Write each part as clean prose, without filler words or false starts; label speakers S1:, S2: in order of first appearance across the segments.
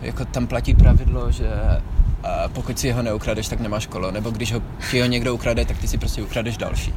S1: jako tam platí pravidlo, že pokud si ho neukradeš, tak nemáš kolo, nebo když ti ho někdo ukrade, tak ty si prostě ukradeš další.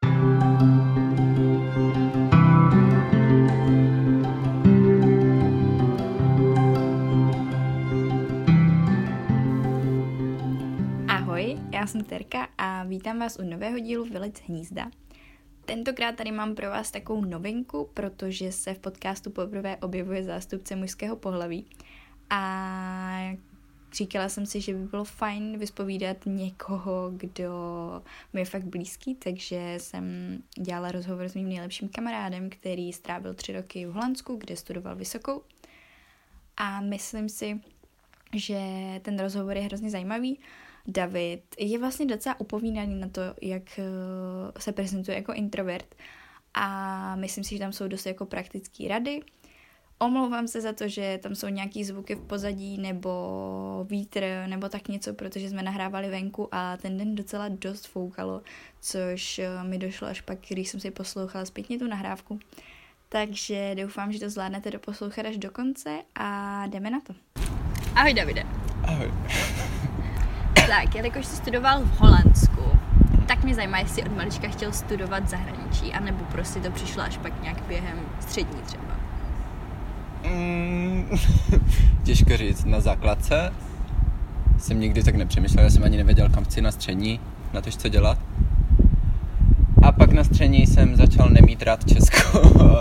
S2: Ahoj, já jsem Terka a vítám vás u nového dílu Vylec z hnízda. Tentokrát tady mám pro vás takovou novinku, protože se v podcastu poprvé objevuje zástupce mužského pohlaví a říkala jsem si, že by bylo fajn vyspovídat někoho, kdo mi je fakt blízký, takže jsem dělala rozhovor s mým nejlepším kamarádem, který strávil 3 roky v Holandsku, kde studoval vysokou a myslím si, že ten rozhovor je hrozně zajímavý. David je vlastně docela upovídaný na to, jak se prezentuje jako introvert a myslím si, že tam jsou dost jako praktické rady. Omlouvám se za to, že tam jsou nějaký zvuky v pozadí nebo vítr nebo tak něco, protože jsme nahrávali venku a ten den docela dost foukalo, což mi došlo až pak, když jsem si poslouchala zpětně tu nahrávku. Takže doufám, že to zvládnete doposlouchat až do konce a jdeme na to. Ahoj Davide.
S1: Ahoj.
S2: Tak, jelikož jsi studoval v Holandsku, tak mě zajímá, jestli od malička chtěl studovat v zahraničí, anebo prostě to přišlo až pak nějak během střední třeba.
S1: Těžko říct, na základce jsem nikdy tak nepřemýšlel, já jsem ani nevěděl, kam chci na střední, na to, co dělat. A pak na střední jsem začal nemít rád Česko.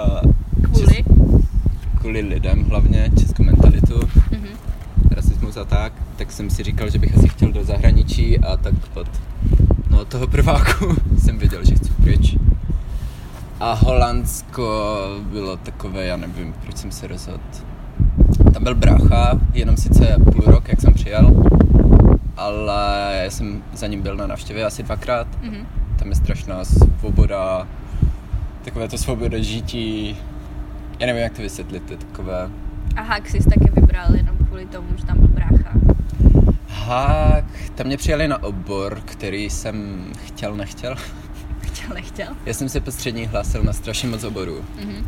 S1: Kvůli lidem hlavně, českou mentalitu. Rasismus a tak jsem si říkal, že bych asi chtěl do zahraničí a tak od toho prváku jsem věděl, že chci pryč. A Holandsko bylo takové, já nevím, proč jsem se rozhodl. Tam byl brácha, jenom sice půl rok, jak jsem přijel, ale já jsem za ním byl na návštěvě asi 2krát. Tam je strašná svoboda, takové to svoboda žití, já nevím, jak to vysvětlit, to je takové...
S2: A Haag jsi taky vybral jenom kvůli tomu, že tam byl brácha?
S1: Haag, tam mě přijali na obor, který jsem nechtěl.
S2: Nechtěl?
S1: Já jsem se po střední hlásil na strašně moc oborů.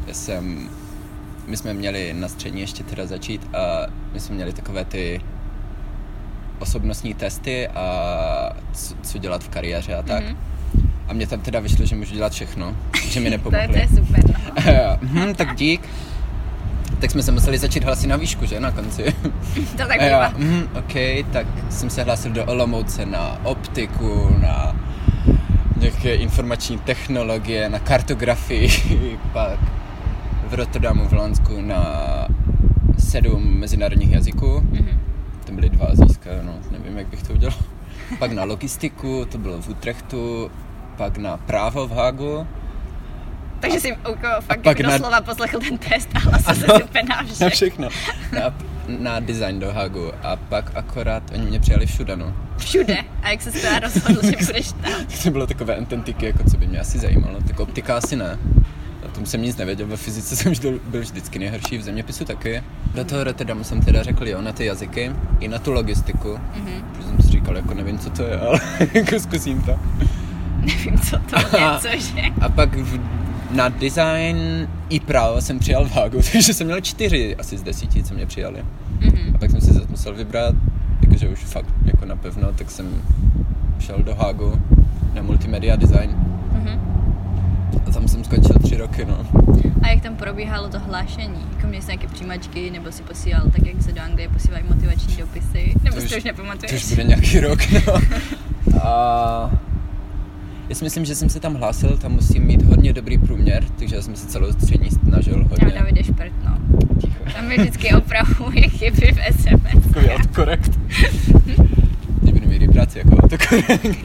S1: My jsme měli na střední ještě teda začít a my jsme měli takové ty osobnostní testy a co dělat v kariéře a tak. A mě tam teda vyšlo, že můžu dělat všechno, že mi nepomohli.
S2: To je super.
S1: Tak dík. Tak jsme se museli začít hlásit na výšku, že, na konci.
S2: To tak bývá.
S1: OK, tak jsem se hlásil do Olomouce na optiku, na nějaké informační technologie, na kartografii, pak v Rotterdamu v Holandsku na 7 mezinárodních jazyků. Tam byly 2 azijské, nevím, jak bych to udělal. Pak na logistiku, to bylo v Utrechtu, pak na právo v Hágu.
S2: Takže jsi fakt jak doslova poslechl ten test a hlasil se úplně na vše.
S1: Na všechno. Na design do Hágu a pak akorát oni mě přijali všude, no.
S2: Všude? A jak se teda rozhodl, že budeš tam?
S1: To bylo takové ententiky, jako co by mě asi zajímalo. Tak optika asi ne. O tom jsem nic nevěděl, ve fyzice jsem byl vždycky nejhorší, v zeměpisu taky. Do toho Rotterdamu jsem teda řekl jo, na ty jazyky i na tu logistiku. Protože jsem si říkal, jako nevím, co to je, ale jako zkusím to.
S2: Nevím, co to je, cože?
S1: A pak na design i právo jsem přijal v Hágu, takže jsem měl 4 asi z 10, co mě přijali. A pak jsem si zase musel vybrat, jakože už fakt jako napevno, tak jsem šel do Hágu na multimedia design. A tam jsem skončil 3 roky, no.
S2: A jak tam probíhalo to hlášení? Jako měli jsi nějaké přijímačky, nebo si posílal tak, jak se do Anglie posílají motivační dopisy? Nebo si to už nepamatuješ?
S1: To už bude nějaký rok, no. A já si myslím, že jsem se tam hlásil, tam musím mít hodně dobrý průměr, takže já jsem se celou střední snažil hodně.
S2: Já David je šprt, no. Ticho. Tam mi vždycky opravuje chyby v SMS.
S1: Takový autokorekt. Nebudu mít práci jako autokorekt.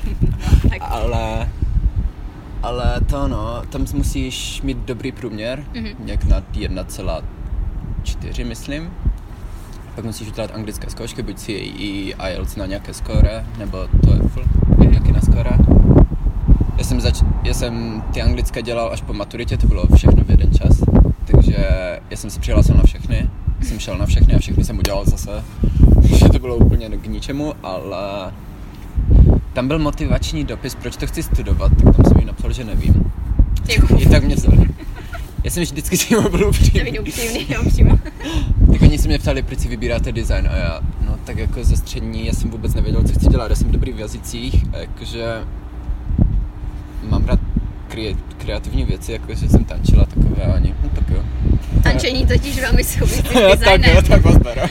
S1: Ale to no, tam musíš mít dobrý průměr, nějak nad 1,4 myslím. Pak musíš udělat anglické zkoušky, buď CAE, IELTS na nějaké skóre, nebo TOEFL, taky na skóre. Já jsem ty anglické dělal až po maturitě, to bylo všechno v jeden čas. Takže já jsem se přihlásil na všechny, jsem šel na všechny a všechny jsem udělal zase. Takže to bylo úplně k ničemu, ale tam byl motivační dopis, proč to chci studovat, tak tam jsem jí napsal, že nevím. I tak mě vzali. Já jsem vždycky s tím byl upřímný.
S2: To upřímný, přímo.
S1: Tak oni se mě ptali, proč si vybíráte design a já, no tak jako ze střední, já jsem vůbec nevěděl, co chci dělat, já jsem dobrý v jazycích a jakože mám rád kreativní věci, jakože jsem tančila takové a ani, no tak jo.
S2: Tančení totiž velmi souvisí s designem.
S1: Tak jo, tak vás beru.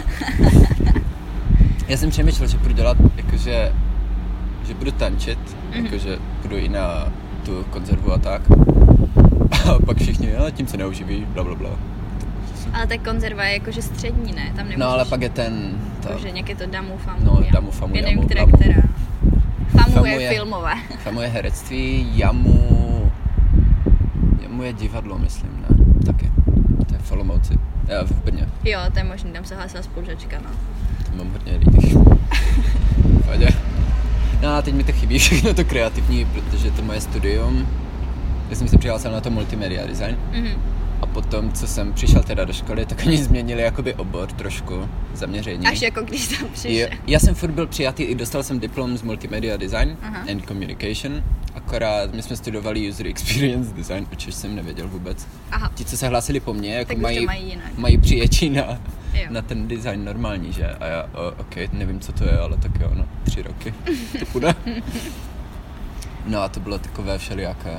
S1: Já jsem přemýšlel, že budu dělat, jakože, že budu tančit, jakože budu i na tu konzervu a tak. A pak všichni, tím se neuživí, blablabla.
S2: Ale ta konzerva je jakože střední, ne? Tam nemůžeš...
S1: No ale pak je ten...
S2: Jakože nějaké to damu, famu,
S1: no, damu, famu,
S2: já nevím,
S1: jamu,
S2: která. Famu je filmové.
S1: Famu je herectví, jamu je divadlo, myslím, ne? Taky. To je v Olomouci. Já v Brně.
S2: Jo, to je možný, tam se hlásila spolužačka, no.
S1: To mám hodně lidí. Vadě. No a teď mi to chybí všechno to kreativní, protože to moje studium, já jsem si přihlásil na to multimedia design. A potom, co jsem přišel teda do školy, tak oni změnili jakoby obor trošku, zaměření.
S2: Až jako když tam přišel.
S1: Já jsem furt byl přijatý, i dostal jsem diplom z multimedia design and communication, akorát my jsme studovali user experience design, o čem jsem nevěděl vůbec.
S2: Aha.
S1: Ti, co se hlásili po mně, jako
S2: mají
S1: přijetí na ten design normální, že? A já, ok, nevím, co to je, ale tak jo, 3 roky, to půjde. No a to bylo takové všelijaké.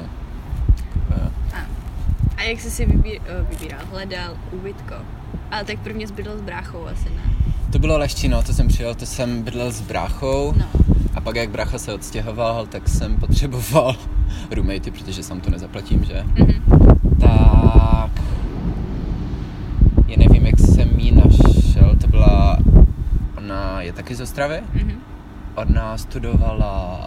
S2: A jak jsi si vybíral, hledal ubytko? Ale tak prvně jsi bydlel s bráchou asi, ne?
S1: To bylo lehčí, no, to jsem přijel, to jsem bydlel s bráchou.
S2: No.
S1: A pak jak brácha se odstěhoval, tak jsem potřeboval roommatey, protože sám to nezaplatím, že? Tak... Já nevím, jak jsem ji našel, to byla... Ona je taky z Ostravy. Ona studovala...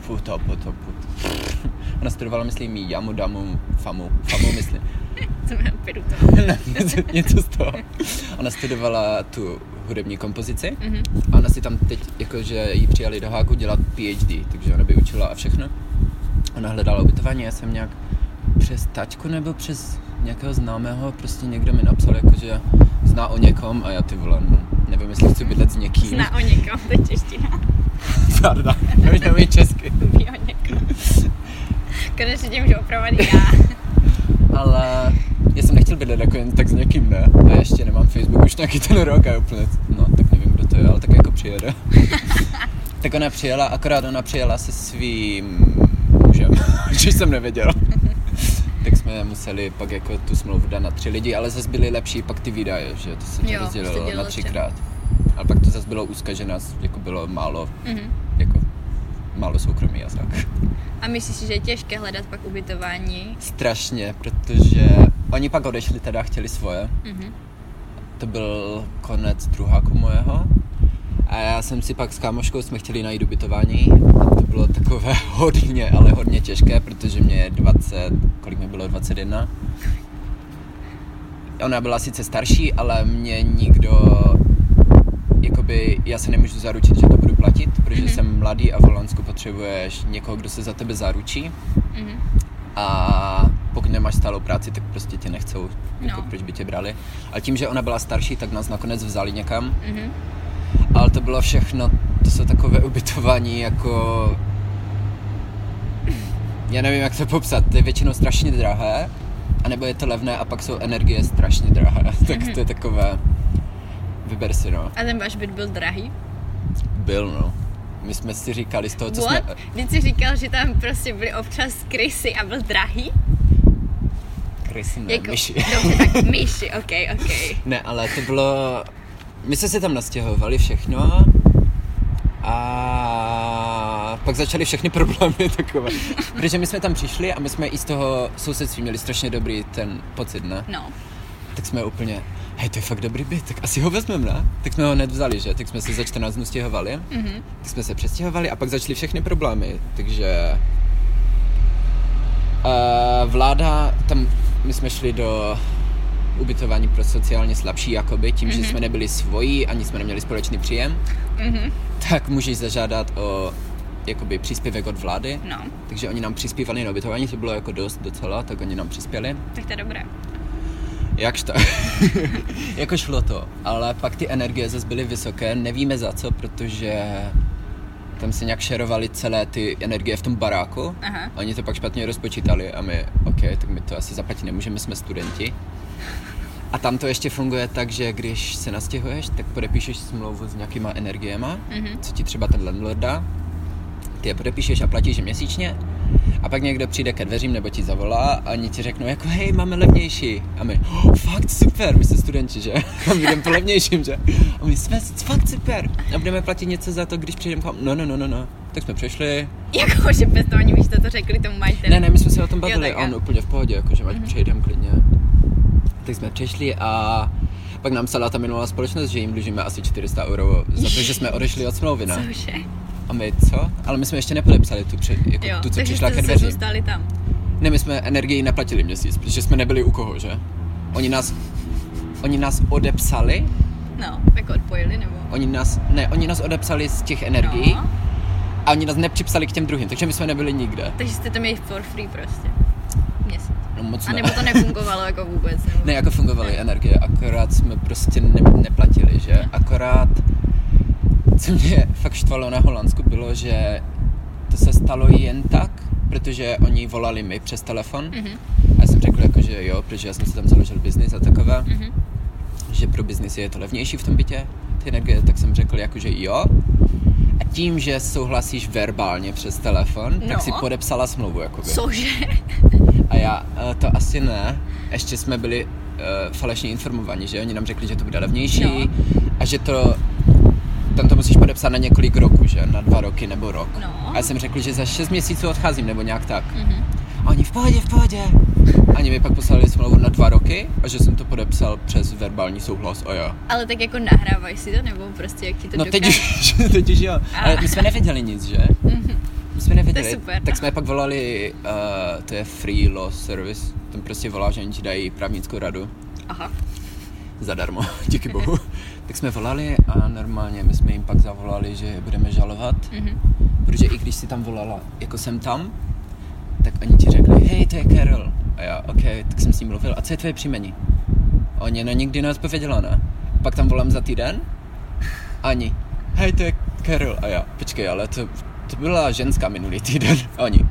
S1: Ona studovala, myslím, jamu, damu, famu, myslím.
S2: To mě opět to.
S1: Něco z toho. Ona studovala tu hudební kompozici a ona si tam teď, jakože jí přijali do Háku dělat PhD, takže ona by učila a všechno. Ona hledala ubytování, já jsem nějak přes taťku nebo přes nějakého známého, prostě někdo mi napsal, jakože zná o někom a já ty vole, nevím, jestli chci bydlet s někým.
S2: Zná o někom, to je čeština.
S1: Pardon, nevím česky.
S2: Ví o někom. Konečně tě můžu opravovat já.
S1: Ale já jsem nechtěl bydlet jako jen tak s někým, ne? A ještě nemám Facebook už nějaký ten rok a úplně, no tak nevím, kdo to je, ale tak jako přijede. Tak ona přijela, akorát ona přijela se svým mužem, což jsem nevěděl. Tak jsme museli pak jako tu smlouvu dát na 3 lidi, ale zase byly lepší pak ty výdaje, že to se to rozdělilo na 3krát. Ale pak to zase bylo úzké, že nás jako bylo málo, jako málo soukromí a tak.
S2: A myslíš si, že je těžké hledat pak ubytování?
S1: Strašně, protože oni pak odešli, teda chtěli svoje. To byl konec druháku mojeho. A já jsem si pak s kámoškou jsme chtěli najít ubytování. A to bylo takové hodně, ale hodně těžké, protože mě je 20, kolik mi bylo, 21. Ona byla sice starší, ale mě nikdo, jakoby, já se nemůžu zaručit, že to budu platit, protože jsem mladý a v Holandsku potřebuješ někoho, kdo se za tebe zaručí. A pokud nemáš stálou práci, tak prostě tě nechcou, jako proč by tě brali. Ale tím, že ona byla starší, tak nás nakonec vzali někam. Ale to bylo všechno, to jsou takové ubytování jako... Já nevím, jak to popsat, to je většinou strašně drahé, anebo je to levné a pak jsou energie strašně drahé, tak to je takové... Vyber si, no.
S2: A ten váš byt byl drahý?
S1: Byl, no. My jsme si říkali z toho, co jsme...
S2: Vždyť jsi říkal, že tam prostě byly občas krysy a byl drahý?
S1: Krysy, ne,
S2: jako,
S1: myši.
S2: Dobře, tak myši, ok.
S1: Ne, ale to bylo... My jsme se tam nastěhovali všechno a pak začaly všechny problémy takové. Protože my jsme tam přišli a my jsme i z toho sousedství měli strašně dobrý ten pocit, ne?
S2: No.
S1: Tak jsme úplně, hej, to je fakt dobrý byt, tak asi ho vezmeme, ne? Tak jsme ho hned vzali, že? Tak jsme se za 14 dnů stěhovali, tak jsme se přestěhovali a pak začaly všechny problémy, takže... vláda, tam my jsme šli do ubytování pro sociálně slabší, jakoby, tím, že jsme nebyli svoji, ani jsme neměli společný příjem, tak můžeš zažádat o jakoby příspěvek od vlády,
S2: no.
S1: Takže oni nám přispívali na ubytování, to bylo jako dost docela, tak oni nám přispěli.
S2: Tak to je dobré.
S1: Jakž tak. Jako šlo to, ale pak ty energie zase byly vysoké, nevíme za co, protože tam se nějak šerovali celé ty energie v tom baráku.
S2: Aha.
S1: Oni to pak špatně rozpočítali a my, OK, tak my to asi zaplatit nemůžeme, jsme studenti. A tam to ještě funguje tak, že když se nastěhuješ, tak podepíšeš smlouvu s nějakýma energiema, co ti třeba ten landlord dá. Ty je podepíšeš a platíš měsíčně. A pak někdo přijde ke dveřím nebo ti zavolá a oni ti řeknou jako hej, máme levnější. A my, fakt super, my jsme studenti, že? A my jdeme po levnějším, že? A my jsme fakt super. A budeme platit něco za to, když přijdeme k vám. No. Tak jsme přešli.
S2: Jako, že bez toho, aniž jste to řekli tomu majiteli.
S1: Ne, my jsme se o tom bavili
S2: jo,
S1: a on úplně v pohodě, jakože přejdeme klidně. Tak jsme přešli a pak nám psala ta minulá společnost, že jim dlužíme asi 400 € za to, že jsme odešli od smlouvy, ne?
S2: Cože?
S1: A my co? Ale my jsme ještě nepodepsali tu, co přišla ke dveřím.
S2: Takže jste zůstali tam.
S1: Ne, my jsme energii neplatili měsíc, protože jsme nebyli u koho, že? Oni nás odepsali.
S2: No, jako odpojili, nebo?
S1: Oni nás odepsali z těch energií.
S2: No.
S1: A oni nás nepřipsali k těm druhým, takže my jsme nebyli nikde.
S2: Takže jste to měli for free prostě. Měsíc.
S1: No moc
S2: a nebo to nefungovalo jako vůbec? Nebo...
S1: Ne, jako fungovaly energie, akorát jsme prostě neplatili, že? Akorát, co mě fakt štvalo na Holandsku, bylo, že to se stalo jen tak, protože oni volali mi přes telefon. A já jsem řekl jako, že jo, protože já jsem si tam založil biznis a takové, že pro biznis je to levnější v tom bytě, ty energie, tak jsem řekl jako, že jo. A tím, že souhlasíš verbálně přes telefon, tak si podepsala smlouvu, jakoby.
S2: Cože?
S1: A já, to asi ne. Ještě jsme byli falešně informovaní, že? Oni nám řekli, že to bude levnější a že tam to musíš podepsat na několik roků, že? Na 2 roky nebo rok.
S2: No.
S1: A já jsem řekl, že za 6 měsíců odcházím, nebo nějak tak. A oni v pohodě. A oni mi pak poslali smlouvu na 2 roky a že jsem to podepsal přes verbální souhlas a já.
S2: Ale tak jako nahrávají si to, nebo prostě jak ti to dokáže?
S1: Teď už jo. Ale my jsme nevěděli nic, že? My jsme nevěděli.
S2: To je super.
S1: Tak jsme pak volali, to je Free Law Service, tam prostě volá, že oni ti dají právnickou radu.
S2: Aha.
S1: Zadarmo, díky bohu. Tak jsme volali a normálně my jsme jim pak zavolali, že budeme žalovat, protože i když si tam volala, jako jsem tam, tak oni ti řekli, hej, to je Carol. A já, OK, tak jsem s ním mluvil, a co je tvoje příjmení? A oni nikdy neodpověděla, ne? A pak tam volám za týden, ani, hej, to je Carol. A já, počkej, ale to byla ženská minulý týden. A oni,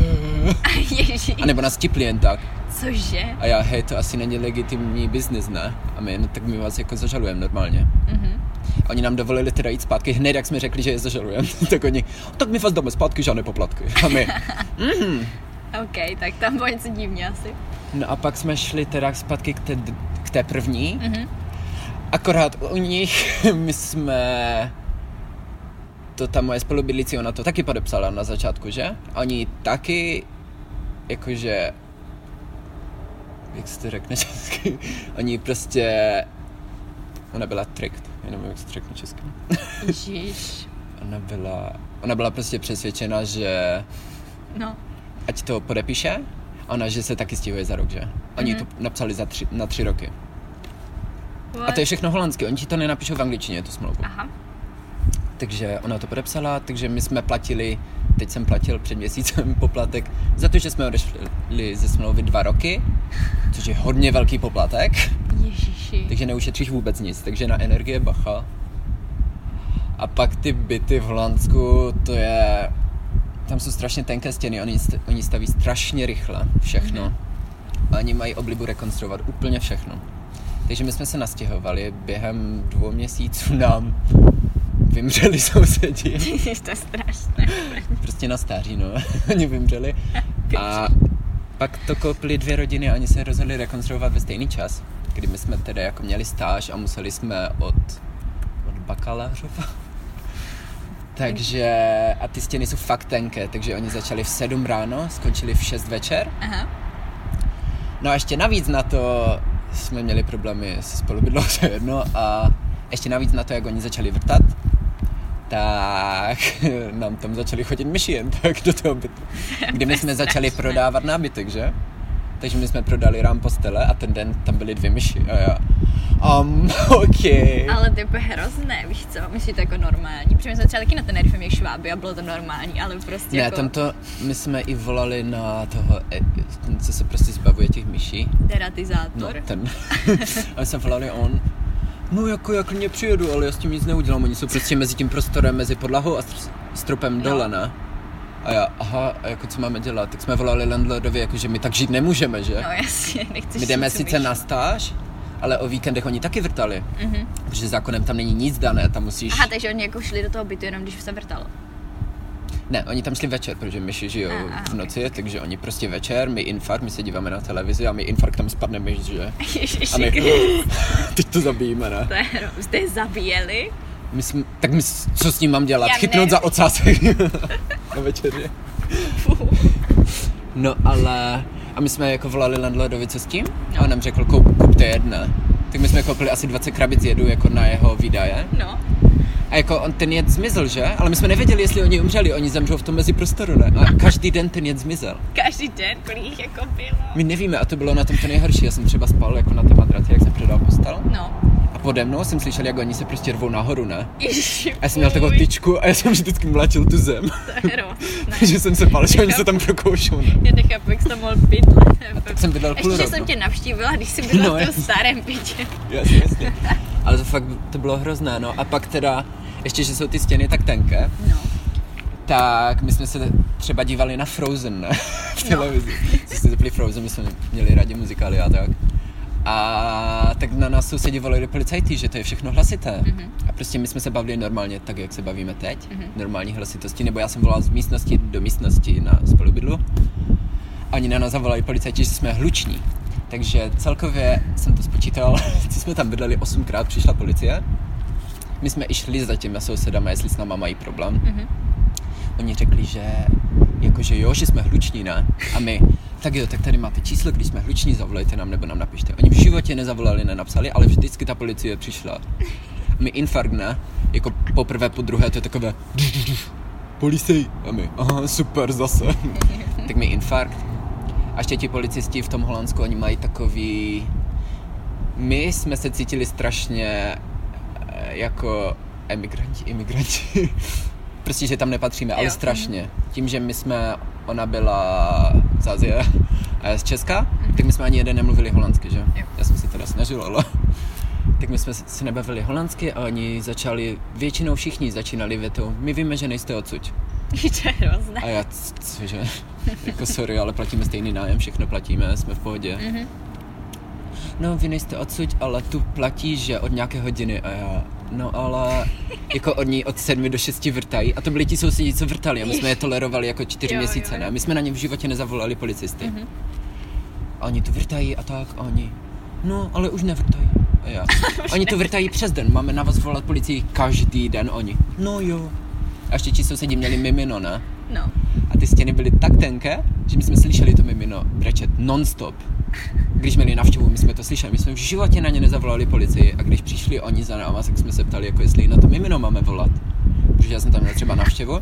S1: a nebo nás tipli jen tak.
S2: Cože?
S1: A já, hej, to asi není legitimní biznis, ne? A my, no tak my vás jako zažalujeme normálně. A oni nám dovolili teda jít zpátky, hned jak jsme řekli, že je zažalujeme. Tak oni, tak my vás dáme zpátky, žádné poplatky. A my,
S2: OK, tak tam bylo něco divně asi.
S1: No a pak jsme šli teda zpátky k té první. Akorát u nich my jsme... Ta moje spolubydlící, ona to taky podepsala na začátku, že? Oni taky, jakože... Jak se to řekne česky? Oni prostě... Ona byla tricked, jenom jak se to řekne česky.
S2: Ježiš.
S1: Ona byla prostě přesvědčena, že...
S2: No.
S1: Ať to podepíše, ona, že se taky stěhuje za rok, že? Oni to napsali na 3 roky.
S2: What?
S1: A to je všechno holandsky, oni ti to nenapíšou v angličtině, tu smlouvu.
S2: Aha.
S1: Takže ona to podepsala, takže my jsme platili, teď jsem platil před měsícem poplatek za to, že jsme odešli ze smlouvy 2 roky, což je hodně velký poplatek.
S2: Ježiši.
S1: Takže neušetříš vůbec nic, takže na energie bacha. A pak ty byty v Holandsku, to je... Tam jsou strašně tenké stěny, oni staví strašně rychle všechno. A oni mají oblibu rekonstruovat úplně všechno. Takže my jsme se nastěhovali, během 2 měsíců nám vymřeli sousedi.
S2: To je strašné.
S1: Prostě na stáří, no. Oni vymřeli. A pak to koupili 2 rodiny a oni se rozhodli rekonstruovat ve stejný čas, kdy my jsme tedy jako měli stáž a museli jsme od bakalářova. Takže, a ty stěny jsou fakt tenké, takže oni začali v 7 ráno, skončili v 6 večer.
S2: Aha.
S1: No a ještě navíc na to jsme měli problémy se spolubydlou, to je jedno, a ještě navíc na to, jak oni začali vrtat, tak nám tam začali chodit myši jen tak do toho bytu. Kdy my jsme začali prodávat nábytek, že? Takže my jsme prodali rám postele a ten den tam byly 2 myši a já... OK.
S2: Ale to je hrozné, víš co? Myslíš to jako normální? Protože my jsme třeba taky na Tenerife měli šváby a bylo to normální, ale prostě
S1: ne,
S2: jako...
S1: tam to, my jsme i volali na toho, co se prostě zbavuje těch myší.
S2: Deratizátor.
S1: No, ten. A jsme volali on. No jako já klidně přijedu, ale já s tím nic neudělám, oni jsou prostě mezi tím prostorem, mezi podlahou a stropem dole, ne? A já, aha, a jako co máme dělat? Tak jsme volali landlordovi, jako že my tak žít nemůžeme, že?
S2: No jasně, nechceš.
S1: My jdeme sice na stáž, ale o víkendech oni taky vrtali. Protože zákonem tam není nic dané, tam musíš...
S2: Aha, takže oni jako šli do toho bytu jenom když se vrtalo.
S1: Ne, oni tam šli večer, protože myši žijou v noci, takže oni prostě večer, my infarkt, my se díváme na televizi a my infarkt tam spadne myš, že?
S2: Ježiši.
S1: A my, teď to zabijíme, ne?
S2: Jste je zabíjeli?
S1: Co s ním mám dělat? Chytnout za ocásek na večeři. No ale, a my jsme jako volali landlordovi, co s tím? A on nám řekl, kupte jedné. Tak my jsme koupili asi 20 krabic jedu jako na jeho výdaje.
S2: No.
S1: A jako ten jed zmizel, že? Ale my jsme nevěděli, jestli oni umřeli, oni zemřou v tom meziprostoru, ne? A každý den ten jed zmizel.
S2: Každý den, kolik jich jako bylo?
S1: My nevíme a to bylo na tom to nejhorší. Já jsem třeba spal jako na té madraci, jak jsem předal postel.
S2: No.
S1: A pode mnou jsem slyšel, jak oni se prostě rvou nahoru, ne?
S2: Ježiši,
S1: a já jsem měl takovou tyčku a já jsem vždycky mlačil tu zem.
S2: To je hrozné.
S1: Takže jsem se bál, že oni se tam prokoušou, ne?
S2: Já nechápu, jak jsi tam mohl bydlet.
S1: A tak jsem bydlel půl
S2: Ještě
S1: roku.
S2: jsem tě navštívila, když jsi bydlel v tom starém bytě.
S1: Jasně. Ale to fakt, to bylo hrozné, no. A pak teda, ještě, že jsou ty stěny tak tenké,
S2: no.
S1: Tak my jsme se třeba dívali na Frozen, ne? V televizi. Jste zapli Frozen, my jsme měli rádi muzikály a tak. A tak na nás sousedí volali policajti, že to je všechno hlasité. A prostě my jsme se bavili normálně, tak jak se bavíme teď, normální hlasitosti, nebo já jsem volal z místnosti do místnosti na spolubydlu. A oni na nás zavolali policajti, že jsme hluční. Takže celkově jsem to spočítal, co jsme tam bydleli 8krát, přišla policie. My jsme i šli za těma sousedama, jestli s náma mají problém. Oni řekli, že jakože jo, že jsme hluční, ne? A my, tak jo, tak tady máte číslo, když jsme hluční, zavolejte nám nebo nám napište. Oni v životě nezavolali, nenapsali, ale vždycky ta policie přišla. A my infarkt, ne? Jako poprvé, po druhé, to je takové policej. A my, aha, super, zase. Tak mi infarkt. A ještě ti policisti v tom Holandsku, oni mají takový... My jsme se cítili strašně jako imigranti. Prostě, že tam nepatříme, ale strašně. Tím, že ona byla z Azie a já z Česka, tak my jsme ani jeden nemluvili holandsky, že? Já jsem se teda snažil, ale... Tak my jsme si nebavili holandsky a oni většinou všichni začínali větou, my víme, že nejste odsud.
S2: To je hrozné.
S1: A já, cože? Jako sorry, ale platíme stejný nájem, všechno platíme, jsme v pohodě. No, vy nejste odsud, ale tu platí, že od nějaké hodiny a já... No ale jako od 7 do 6 vrtají a to byli ti sousedí, co vrtali a my jsme je tolerovali jako 4 měsíce, ne? My jsme na ně v životě nezavolali policisty. A oni tu vrtají a tak a oni, no ale už nevrtají. A já, oni to vrtají přes den, máme na vás volat policii každý den, oni, no jo. A ještě ti sousedí měli mimino, ne?
S2: No.
S1: A ty stěny byly tak tenké, že my jsme slyšeli to mimino brečet non-stop. Když měli návštěvu, my jsme to slyšeli, my jsme v životě na ně nezavolali policii a když přišli oni za náma, tak jsme se ptali, jako jestli na to mimino máme volat. Protože já jsem tam měl třeba návštěvu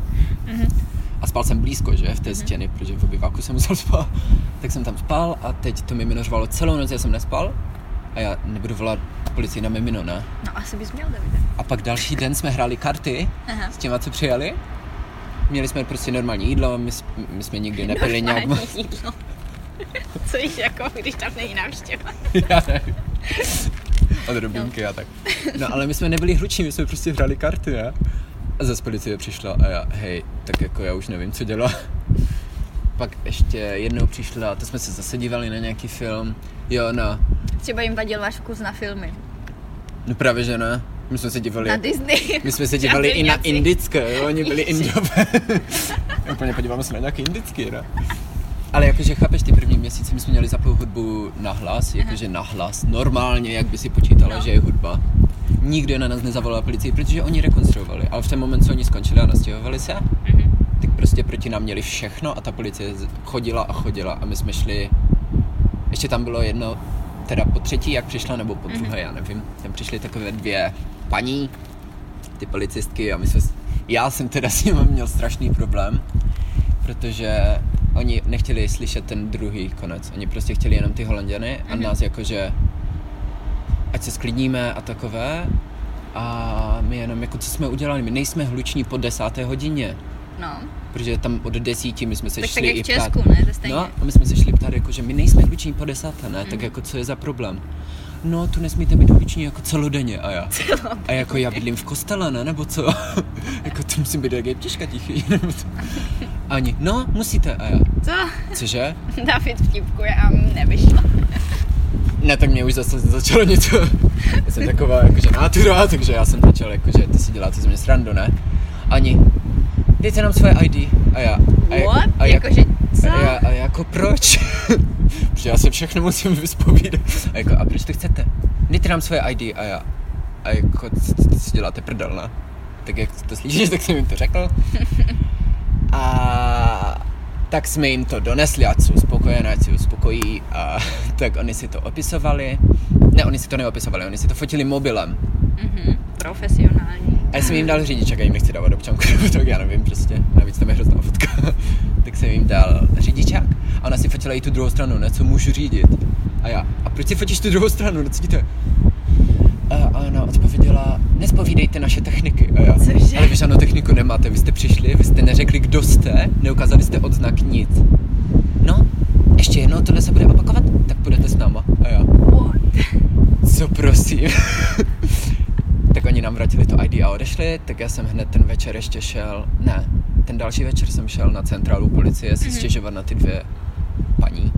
S1: a spal jsem blízko, že, v té stěny, protože v obyváku jsem musel spát. Tak jsem tam spal a teď to mimino řvalo celou noc, já jsem nespal a já nebudu volat policii na mimino, ne?
S2: No asi bys měl, Davide.
S1: A pak další den jsme hráli karty s těma, co přijeli. Měli jsme prostě normální jídlo, my jsme nikdy nepili nějak moc.
S2: Jídlo. Co jíš jako, když tam není návštěva?
S1: Já nevím. Od robinky a tak. No ale my jsme nebyli hluční, my jsme prostě hráli karty, ne? A zase policie přišla a já, hej, tak jako já už nevím, co dělá. Pak ještě jednou přišla, to jsme se zase dívali na nějaký film. Jo, no.
S2: Třeba jim vadil váš vkus na filmy.
S1: No právě, že ne. My jsme se dívali...
S2: Na Disney.
S1: My jsme se dívali i na indické, jo, oni byli Indové. Úplně podíváme se na nějaký indický, ne? Ale jakože chápeš, ty první měsíce my jsme měli zapou hudbu na hlas, jakože na hlas, normálně, jak by si počítala, že je hudba. Nikdo na nás nezavolal policii, protože oni rekonstruovali, ale v ten moment, co oni skončili a nastěhovali se, tak prostě proti nám měli všechno a ta policie chodila a my jsme šli, ještě tam bylo jedno, teda po třetí, jak přišla, nebo po druhé, já nevím, tam přišly takové 2 paní, ty policistky a já jsem teda s nimi měl strašný problém, protože oni nechtěli slyšet ten druhý konec, oni prostě chtěli jenom ty Holanděny a nás jakože ať se sklidníme a takové a my jenom jako co jsme udělali, my nejsme hluční po 10. hodině.
S2: No.
S1: Protože tam od 10 my jsme se
S2: tak
S1: šli i
S2: ptát.
S1: Tak jak v Česku, ne? To stejně. No, a my jsme se šli ptát, jako, že my nejsme hluční po 10, ne? Tak jako co je za problém? no tu nesmíte být hluční jako celodenně a já. A jako já bydlím v kostele, ne, nebo co? Jako to musím být jak jeptiška tichý, nebo to. Ani, no musíte a já.
S2: Co?
S1: Cože?
S2: David vtipkuje a nevyšlo.
S1: Ne, tak mě už zase začalo něco. Já jsem taková jakože nátura, takže já jsem začal jakože ty si děláte z mě srandu, ne? Ani, dejte nám svoje ID a já.
S2: What? Jakože co?
S1: A jako proč? Protože já se všechno musím vyspovídat. A jako, a proč to chcete? Dejte nám svoje ID a já. A jako, ty si děláte prdel, ne? Tak jak to slyšíš, tak jsem jim to řekl. A tak jsme jim to donesli, ať jsou spokojené, ať si uspokojí. A tak oni si to opisovali. Ne, oni si to neopisovali, oni si to fotili mobilem.
S2: Profesionální.
S1: A já jsem jim dal řidičák a jim nechci dávat občanku, tak já nevím prostě. Navíc tam je hrozná fotka. Tak jsem jim dal řidičák a ona si fotila i tu druhou stranu, ne, co můžu řídit. A já, a proč si fotíš tu druhou stranu, necítíte? A ona odpověděla, nespovídejte naše techniky. A já,
S2: cože?
S1: ale vy žádnou techniku nemáte, vy jste přišli, vy jste neřekli, kdo jste, neukázali jste odznak nic. No, ještě jednou tohle se bude opakovat, tak půjdete s náma. A já, co prosím? Tak oni nám vrátili to ID a odešli, tak já jsem hned ten večer ještě šel, ne, ten další večer jsem šel na centrálu policie si stěžovat na ty dvě paní,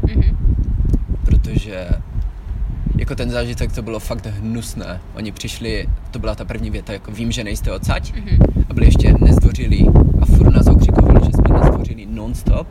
S1: protože jako ten zážitek to bylo fakt hnusné. Oni přišli, to byla ta první věta, jako vím, že nejste odsaď a byli ještě nezdvořilí a furt nás okřikovali, že jsme nezdvořilí non-stop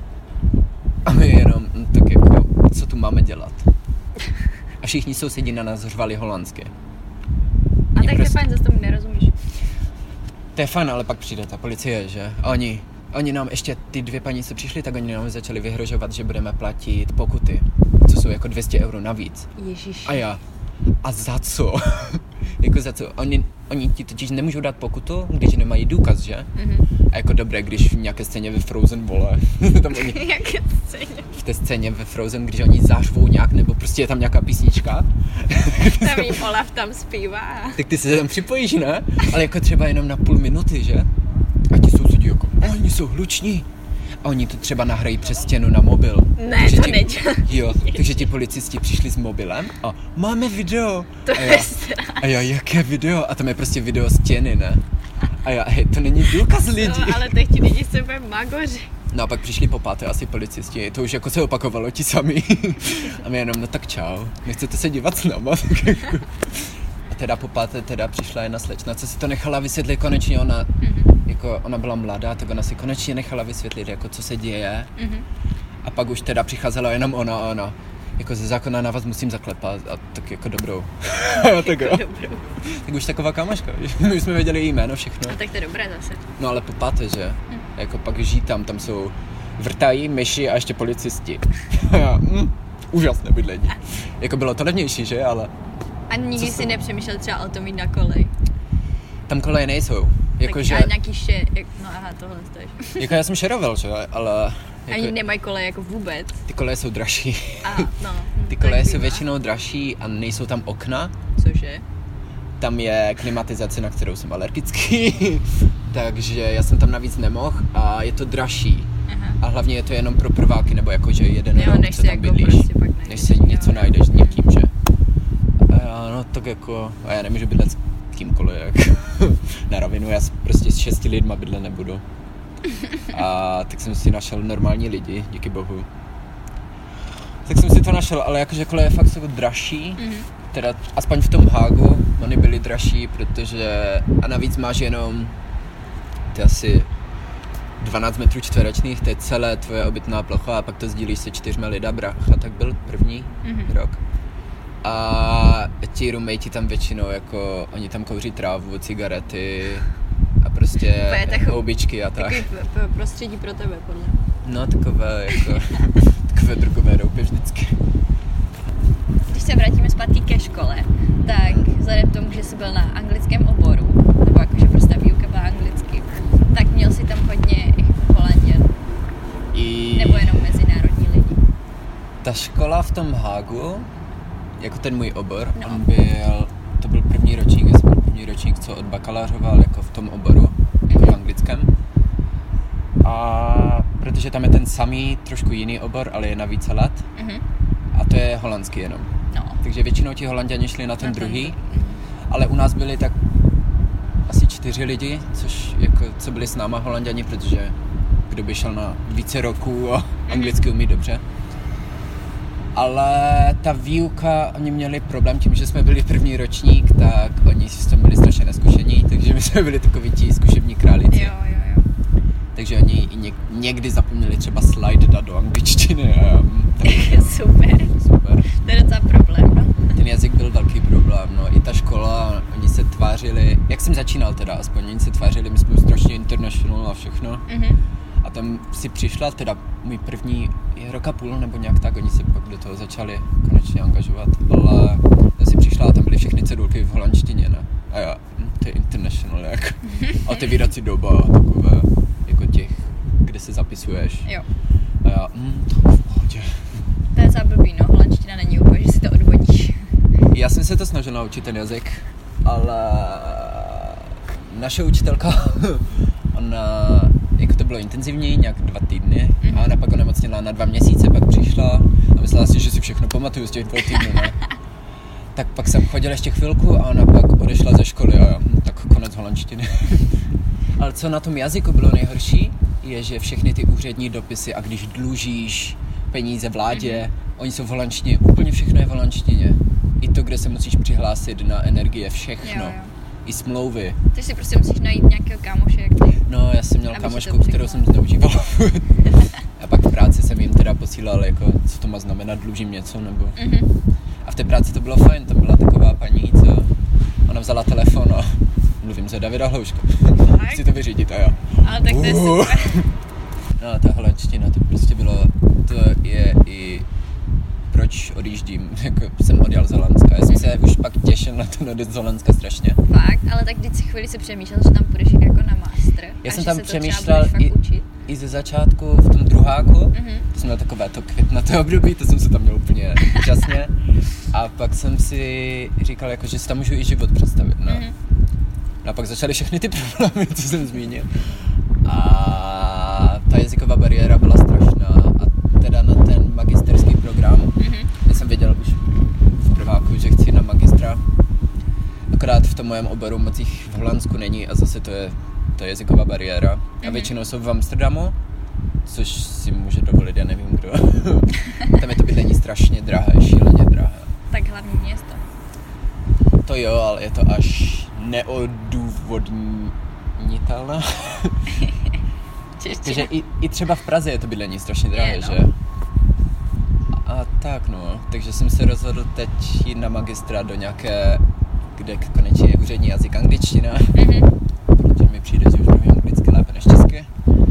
S1: a my jenom, tak jako, co tu máme dělat? A všichni sousedí na nás řvali holandsky.
S2: A tak to je fajn, zase tomu nerozumíš.
S1: To je fajn, ale pak přijde ta policie, že? A oni nám ještě, ty dvě paní, co přišli, tak oni nám začali vyhrožovat, že budeme platit pokuty, co jsou jako 200 € navíc.
S2: Ježiš.
S1: A já, a za co? Jako za co? Oni ti totiž nemůžou dát pokutu, když nemají důkaz, že? A jako dobré, když v nějaké scéně ve Frozen, vole. Tam oni,
S2: jaké scéně?
S1: v té scéně ve Frozen, když oni zářvou nějak, nebo prostě je tam nějaká písnička.
S2: Tam jim Olaf tam zpívá.
S1: Tak ty se tam připojíš, ne? Ale jako třeba jenom na půl minuty, že? A ti sousedí jako, oni jsou hluční. A oni to třeba nahrají přes stěnu na mobil.
S2: Ne, takže to nedělá.
S1: Jo, takže ti policisti přišli s mobilem a máme video.
S2: To je strašné.
S1: A já, jaké video? A tam je prostě video stěny, ne? A já, hej, to není důkaz lidí.
S2: No, ale teď ti lidi jsou magoři.
S1: No a pak přišli po páté asi policisti, to už jako se opakovalo ti sami. A my jenom, no tak čau, nechcete se dívat s náma? A teda po páté teda přišla jedna slečna, co si to nechala vysvětlit konečně, ona, jako ona byla mladá, tak ona si konečně nechala vysvětlit, jako co se děje. A pak už teda přicházela jenom ona, jako ze zákona na vás musím zaklepat a tak jako dobrou. Tak jo. Tak už taková kámoška, my jsme věděli její jméno, všechno.
S2: No tak to je dobré zase.
S1: No ale po páté, že? Jako pak žijí tam jsou vrtají, myši a ještě policisti. Úžasné bydlení. Jako bylo to levnější, že? Ale...
S2: A nikdy si nepřemýšlel třeba o tom jít na kolej?
S1: Tam koleje nejsou. Jako,
S2: tak
S1: že...
S2: a nějaký no aha, tohle stojíš.
S1: Jako já jsem šeroval, že? Ale... Jako...
S2: Ani nemají koleje jako vůbec.
S1: Ty koleje jsou dražší. Ty
S2: koleje
S1: koleje jsou většinou dražší a nejsou tam okna.
S2: Cože?
S1: Tam je klimatizace, na kterou jsem alergický. Takže já jsem tam navíc nemohl a je to dražší. A hlavně je to jenom pro prváky, nebo jakože jeden rok, co tam bydlíš.
S2: Prostě
S1: než se něco najdeš někým, že? No tak jako, a já nemůžu bydlet s kýmkoliv, jak na rovinu, já prostě s 6 lidma bydlet nebudu. A tak jsem si našel normální lidi, díky bohu. Tak jsem si to našel, ale jakože koleje fakt jsou dražší, teda aspoň v tom Hágu, oni byli dražší, protože, a navíc máš jenom, ty asi 12 metrů čtverečných, to je celé tvoje obytná plocha a pak to sdílíš se 4 lidma, brácha, tak byl první rok. A ti roommatey tam většinou jako, oni tam kouří trávu, cigarety a prostě houbičky a tak.
S2: Takový prostředí pro tebe, podle.
S1: No takové jako, takové drogové roupy vždycky.
S2: Když se vrátíme zpátky ke škole, tak vzhledem k tomu, že jsi byl na anglickém oboru, nebo jakože prostě výuka byla anglicky, tak měl jsi tam hodně Holanděn. Nebo jenom mezinárodní lidi?
S1: Ta škola v tom Hágu, jako ten můj obor, to byl první ročník, já jsem byl první ročník, co odbakalářoval jako v tom oboru, jako v anglickém. A protože tam je ten samý, trošku jiný obor, ale je na více let. A to je holandský jenom.
S2: No.
S1: Takže většinou ti Holanďani šli na ten druhý, ale u nás byli tak asi 4 lidi, což jako, co byli s náma Holanďani, protože kdo by šel na více roků a anglicky umí dobře. Ale ta výuka, oni měli problém tím, že jsme byli první ročník, tak oni jsme byli strašně neskušení, takže my jsme byli takoví ti zkušební králíci.
S2: Jo.
S1: Takže oni někdy zapomněli třeba slide dát do angličtiny.
S2: Super. To je docela problém, no.
S1: Ten jazyk byl velký problém, no. I ta škola, oni se tvářili, jak jsem začínal teda, aspoň oni se tvářili, my jsme strašně international a všechno. A tam si přišla teda můj první rok a půl nebo nějak tak, oni se pak do toho začali konečně angažovat, ale já si přišla a tam byly všechny cedulky v holandštině, ne? A já, to je international, jak otevírací doba a takové, jako těch, kde se zapisuješ.
S2: Jo.
S1: A já, to v pohodě.
S2: To je docela blbý, no, holandština není úplně, že si to odvodíš.
S1: Já jsem se to snažil naučit ten jazyk, ale naše učitelka, ona, jako to bylo intenzivní, nějak 2 týdny, a ona pak onemocněla na 2 měsíce, pak přišla a myslela si, že si všechno pamatuju z těch 2 týdnů, ne? Tak pak jsem chodil ještě chvilku a ona pak odešla ze školy a tak konec holandštiny. Ale co na tom jazyku bylo nejhorší, je, že všechny ty úřední dopisy a když dlužíš peníze vládě, oni jsou v holandštině, úplně všechno je v holandštině. I to, kde se musíš přihlásit na energie, všechno.
S2: Jo.
S1: I smlouvy.
S2: Takže si prostě musíš najít nějakého kámoše, jak ty.
S1: No, já jsem měl kamošku, kterou jsem zneužíval. A pak v práci jsem jim teda posílal, jako, co to má znamenat, dlužím něco, nebo... A v té práci to bylo fajn, tam byla taková paní, co... Ona vzala telefon a mluvím za Davida Hlouška. Chci to vyřídit a já.
S2: Ale tak to je super.
S1: No, ta holandština, to prostě bylo... To je i... Proč odjíždím, jako jsem odjel z Holandska. Já jsem se už pak těšil na to odjet z Holandska strašně.
S2: Fakt, ale tak když si chvíli si přemýšlel, že tam půjdeš jako na master.
S1: Já jsem tam přemýšlel i ze začátku v tom druháku. To jsem měl takové to květnaté období, to jsem se tam měl úplně úžasně. A pak jsem si říkal, jako, že si tam můžu i život představit. No. A pak začaly všechny ty problémy, co jsem zmínil. A ta jazyková bariéra byla strašná. A teda na ten magisterský program, já jsem věděl už v prváku, že chci na magistra. Akorát v tom mém oboru moc jich v Holandsku není a zase to je jazyková bariéra. A většinou jsou v Amsterdamu, což si může dovolit, já nevím kdo. Tam je to bydlení strašně drahé, šíleně drahé.
S2: Tak hlavní město.
S1: To jo, ale je to až neodůvodnitelné. Takže i třeba v Praze je to bydlení strašně drahé, že? A tak no, takže jsem se rozhodl teď jít na magistra do nějaké, kde konečně je úřední jazyk angličtina. Protože mi přijde, že už mluvím anglicky lépe než česky.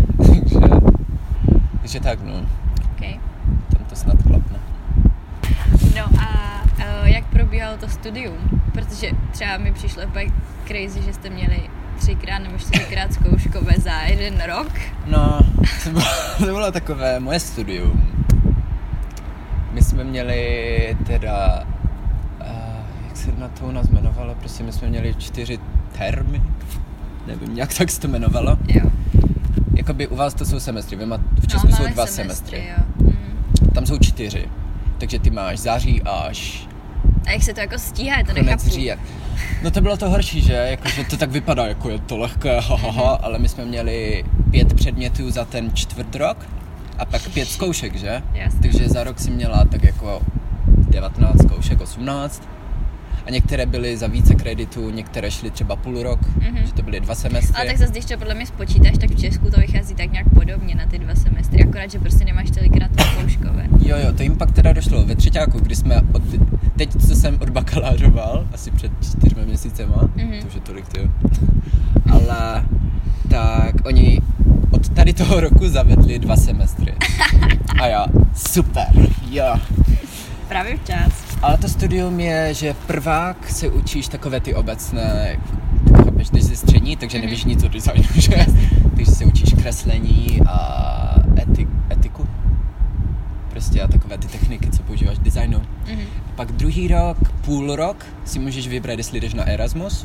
S1: takže tak no.
S2: Okay.
S1: Tam to snad klapne.
S2: No a jak probíhalo to studium? Protože třeba mi přišlo úplně crazy, že jste měli 3x nebo 4x zkouškové za 1 rok.
S1: No, to bylo takové moje studium. My jsme měli teda, jak se na to u nás jmenovalo, prostě my jsme měli 4 termy, nevím, jak tak se to jmenovalo.
S2: Jo.
S1: Jakoby u vás to jsou semestry, v Česku jsou 2 semestry. Tam jsou 4, takže ty máš září až...
S2: A jak se to jako stíhá, je to nechápu.
S1: Říjen. No to bylo to horší, že? Jakože to tak vypadá, jako je to lehké, ale my jsme měli 5 předmětů za ten 4. rok a pak 5 zkoušek, že?
S2: Jasně.
S1: Takže za rok si měla tak jako 19 zkoušek, 18. A některé byly za více kreditů, některé šly třeba půl rok, že to byly 2 semestry.
S2: Ale tak zase, když to podle mě spočítáš, tak v Česku to vychází tak nějak podobně na ty 2 semestry, akorát, že prostě nemáš tolikrát to zkouškové.
S1: Jo, to jim pak teda došlo ve třeťáku, kdy jsme teď, co jsem odbakalářoval, asi před 4 měsícema, to už je tolik, tyjo. Ale tak oni od tady toho roku zavedli 2 semestry. A já, super, jo.
S2: Právě včas.
S1: Ale to studium je, že prvák se učíš takové ty obecné, chápeš, když jsi střední, takže nevíš nic o designu, že? Takže se učíš kreslení a etiku. Prostě a takové ty techniky, co používáš v designu. A pak druhý rok, půl rok si můžeš vybrat, jestli jdeš na Erasmus.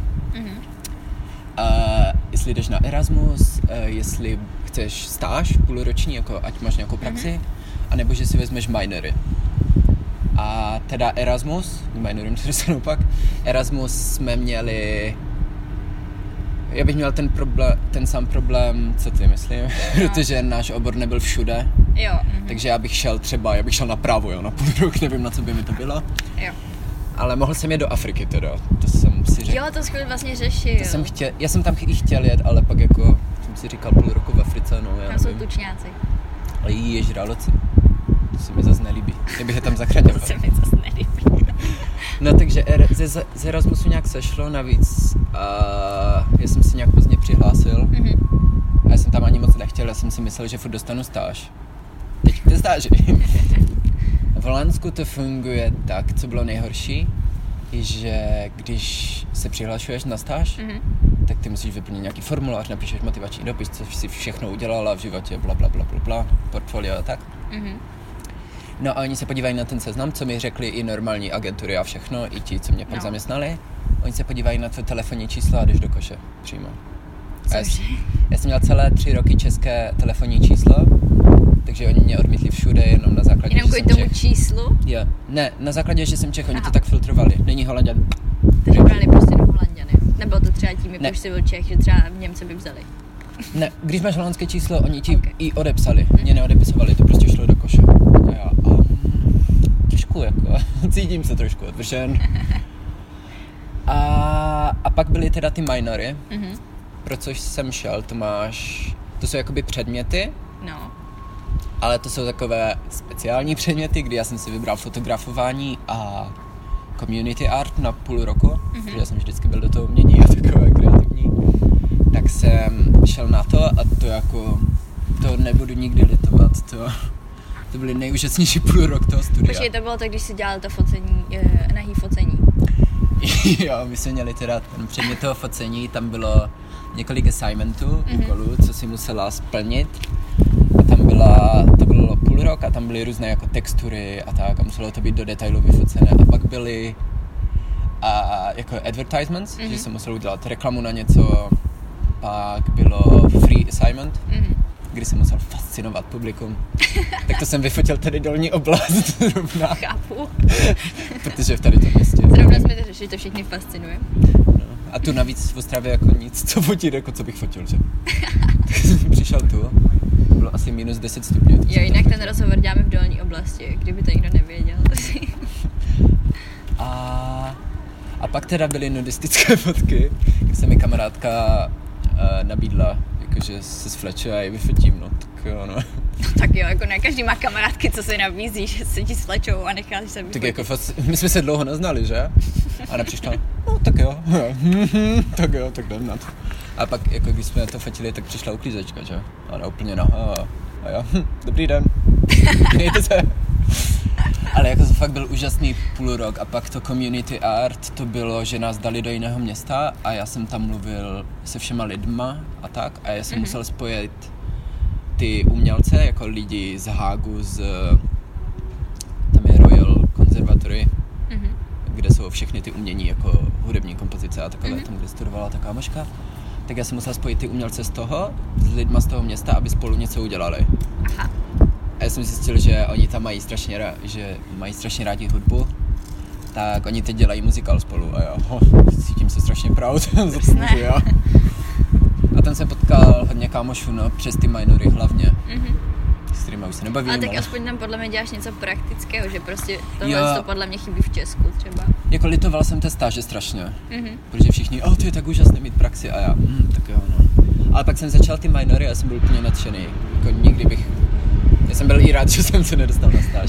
S1: Jestli jdeš na Erasmus, jestli chceš stáž půlroční, jako ať máš nějakou praxi, anebo že si vezmeš minory. A teda Erasmus, minorím se dostanu pak, Erasmus jsme měli, já bych měl ten sám problém, co ty myslím, protože náš obor nebyl všude, takže já bych šel na právo, jo, na půl rok, nevím, na co by mi to bylo. Jo. Ale mohl jsem jet do Afriky teda, to jsem si řekl.
S2: Jo, to jsi vlastně řešil.
S1: Já jsem tam i chtěl jet, ale pak jako jsem si říkal půl roku v Africe, no já
S2: nevím. Tam jsou tučňáci.
S1: Ale žraloci. To se mi zase nelíbí, kdybych je tam zachraňoval.
S2: To se mi zase nelíbí.
S1: No takže z Erasmusu nějak sešlo, navíc já jsem si nějak pozdě přihlásil a já jsem tam ani moc nechtěl, já jsem si myslel, že furt dostanu stáž. Teď ty stáži. V Holandsku to funguje tak, co bylo nejhorší, že když se přihlašuješ na stáž, tak ty musíš vyplnit nějaký formulář, napíšeš motivační dopis, co jsi všechno udělala v životě, bla, portfolio a tak. No a oni se podívají na ten seznam, co mi řekli i normální agentury a všechno, i ti, co mě pak zaměstnali. Oni se podívají na tvé telefonní číslo a jdeš do koše přímo. Já jsem měl celé 3 roky české telefonní číslo, takže oni mě odmítli všude jenom na základě,
S2: jenom že jsem tomu číslu?
S1: Jo, ne, na základě, že jsem Čech, oni to tak filtrovali, není Holanďan.
S2: Takže brali prostě do Holanďany. Nebylo to třeba tím, jako už jsi byl Čech, že třeba Němce by vzali.
S1: Ne, když máš holandské číslo, oni ti i odepsali, mě neodepisovali, to prostě šlo do koše. Trošku jako, cítím se trošku odvržen. A pak byly teda ty minory, pro což jsem šel, to jsou jakoby předměty, ale to jsou takové speciální předměty, kdy já jsem si vybral fotografování a community art na půl roku, protože já jsem vždycky byl do toho umění a takové kreativní, tak jsem šel na to a to nebudu nikdy litovat, to byly nejúžasnější půl rok toho studia.
S2: Počkej, to bylo tak, když jsi dělal to focení, nahý focení.
S1: Jo, my jsme měli teda ten předmět toho focení, tam bylo několik assignmentů, úkolů, co si musela splnit. A tam to bylo půl rok a tam byly různé jako textury a tak a muselo to být do detailu vyfocené. A pak byly jako advertisements, že jsem musel udělat reklamu na něco, pak bylo free assignment, kdy jsem musel fascinovat publikum. Tak to jsem vyfotil tady dolní oblast zrovna.
S2: Chápu.
S1: Protože v tady to městě.
S2: Zrovna jsme to řešili, to všichni fascinuje.
S1: No. A tu navíc v Ostravě jako nic, co fotit, jako co bych fotil, že? Tak jsem přišel tu, bylo asi minus 10 stupňů.
S2: Jo, jinak ten rozhovor děláme v dolní oblasti, kdyby to nikdo nevěděl.
S1: A pak teda byly nudistické fotky, kdy se mi kamarádka nabídla, jakože se sfleče a je vyfotím, no tak jo, no.
S2: Tak jo, jako ne každý má kamarádky, co se nabízí, že se ti sflečou a necháš se vyfotit.
S1: Tak jako my jsme se dlouho neznali, že? A ona přišla, no tak jo, tak jdem na to. A pak, jako když jsme to fotili, tak přišla uklízečka, že? A ona úplně nahá a já, dobrý den, mějte se. Ale jako to fakt byl úžasný půl rok a pak to community art, to bylo, že nás dali do jiného města a já jsem tam mluvil se všema lidma a tak a já jsem musel spojit ty umělce, jako lidi z Hágu, tam je Royal Conservatory, kde jsou všechny ty umění, jako hudební kompozice a takové, tam kde studovala ta kámoška. Tak já jsem musel spojit ty umělce z toho, s lidma z toho města, aby spolu něco udělali.
S2: Aha.
S1: A já jsem zjistil, že oni tam mají strašně rádi hudbu, tak oni teď dělají muzikál spolu a já cítím se strašně proud. A tam jsem potkal hodně kámošů, no, přes ty minory hlavně, s kterými už se nebavím.
S2: Ale tak aspoň tam podle mě děláš něco praktického, že prostě tohle to podle mě chybí v Česku třeba.
S1: Jako litoval jsem té stáže strašně, protože všichni, to je tak úžasné mít praxi a já, tak jo, no. Ale pak jsem začal ty minory a jsem byl úplně nadšený, jako já jsem byl i rád, že jsem se nedostal na stáž.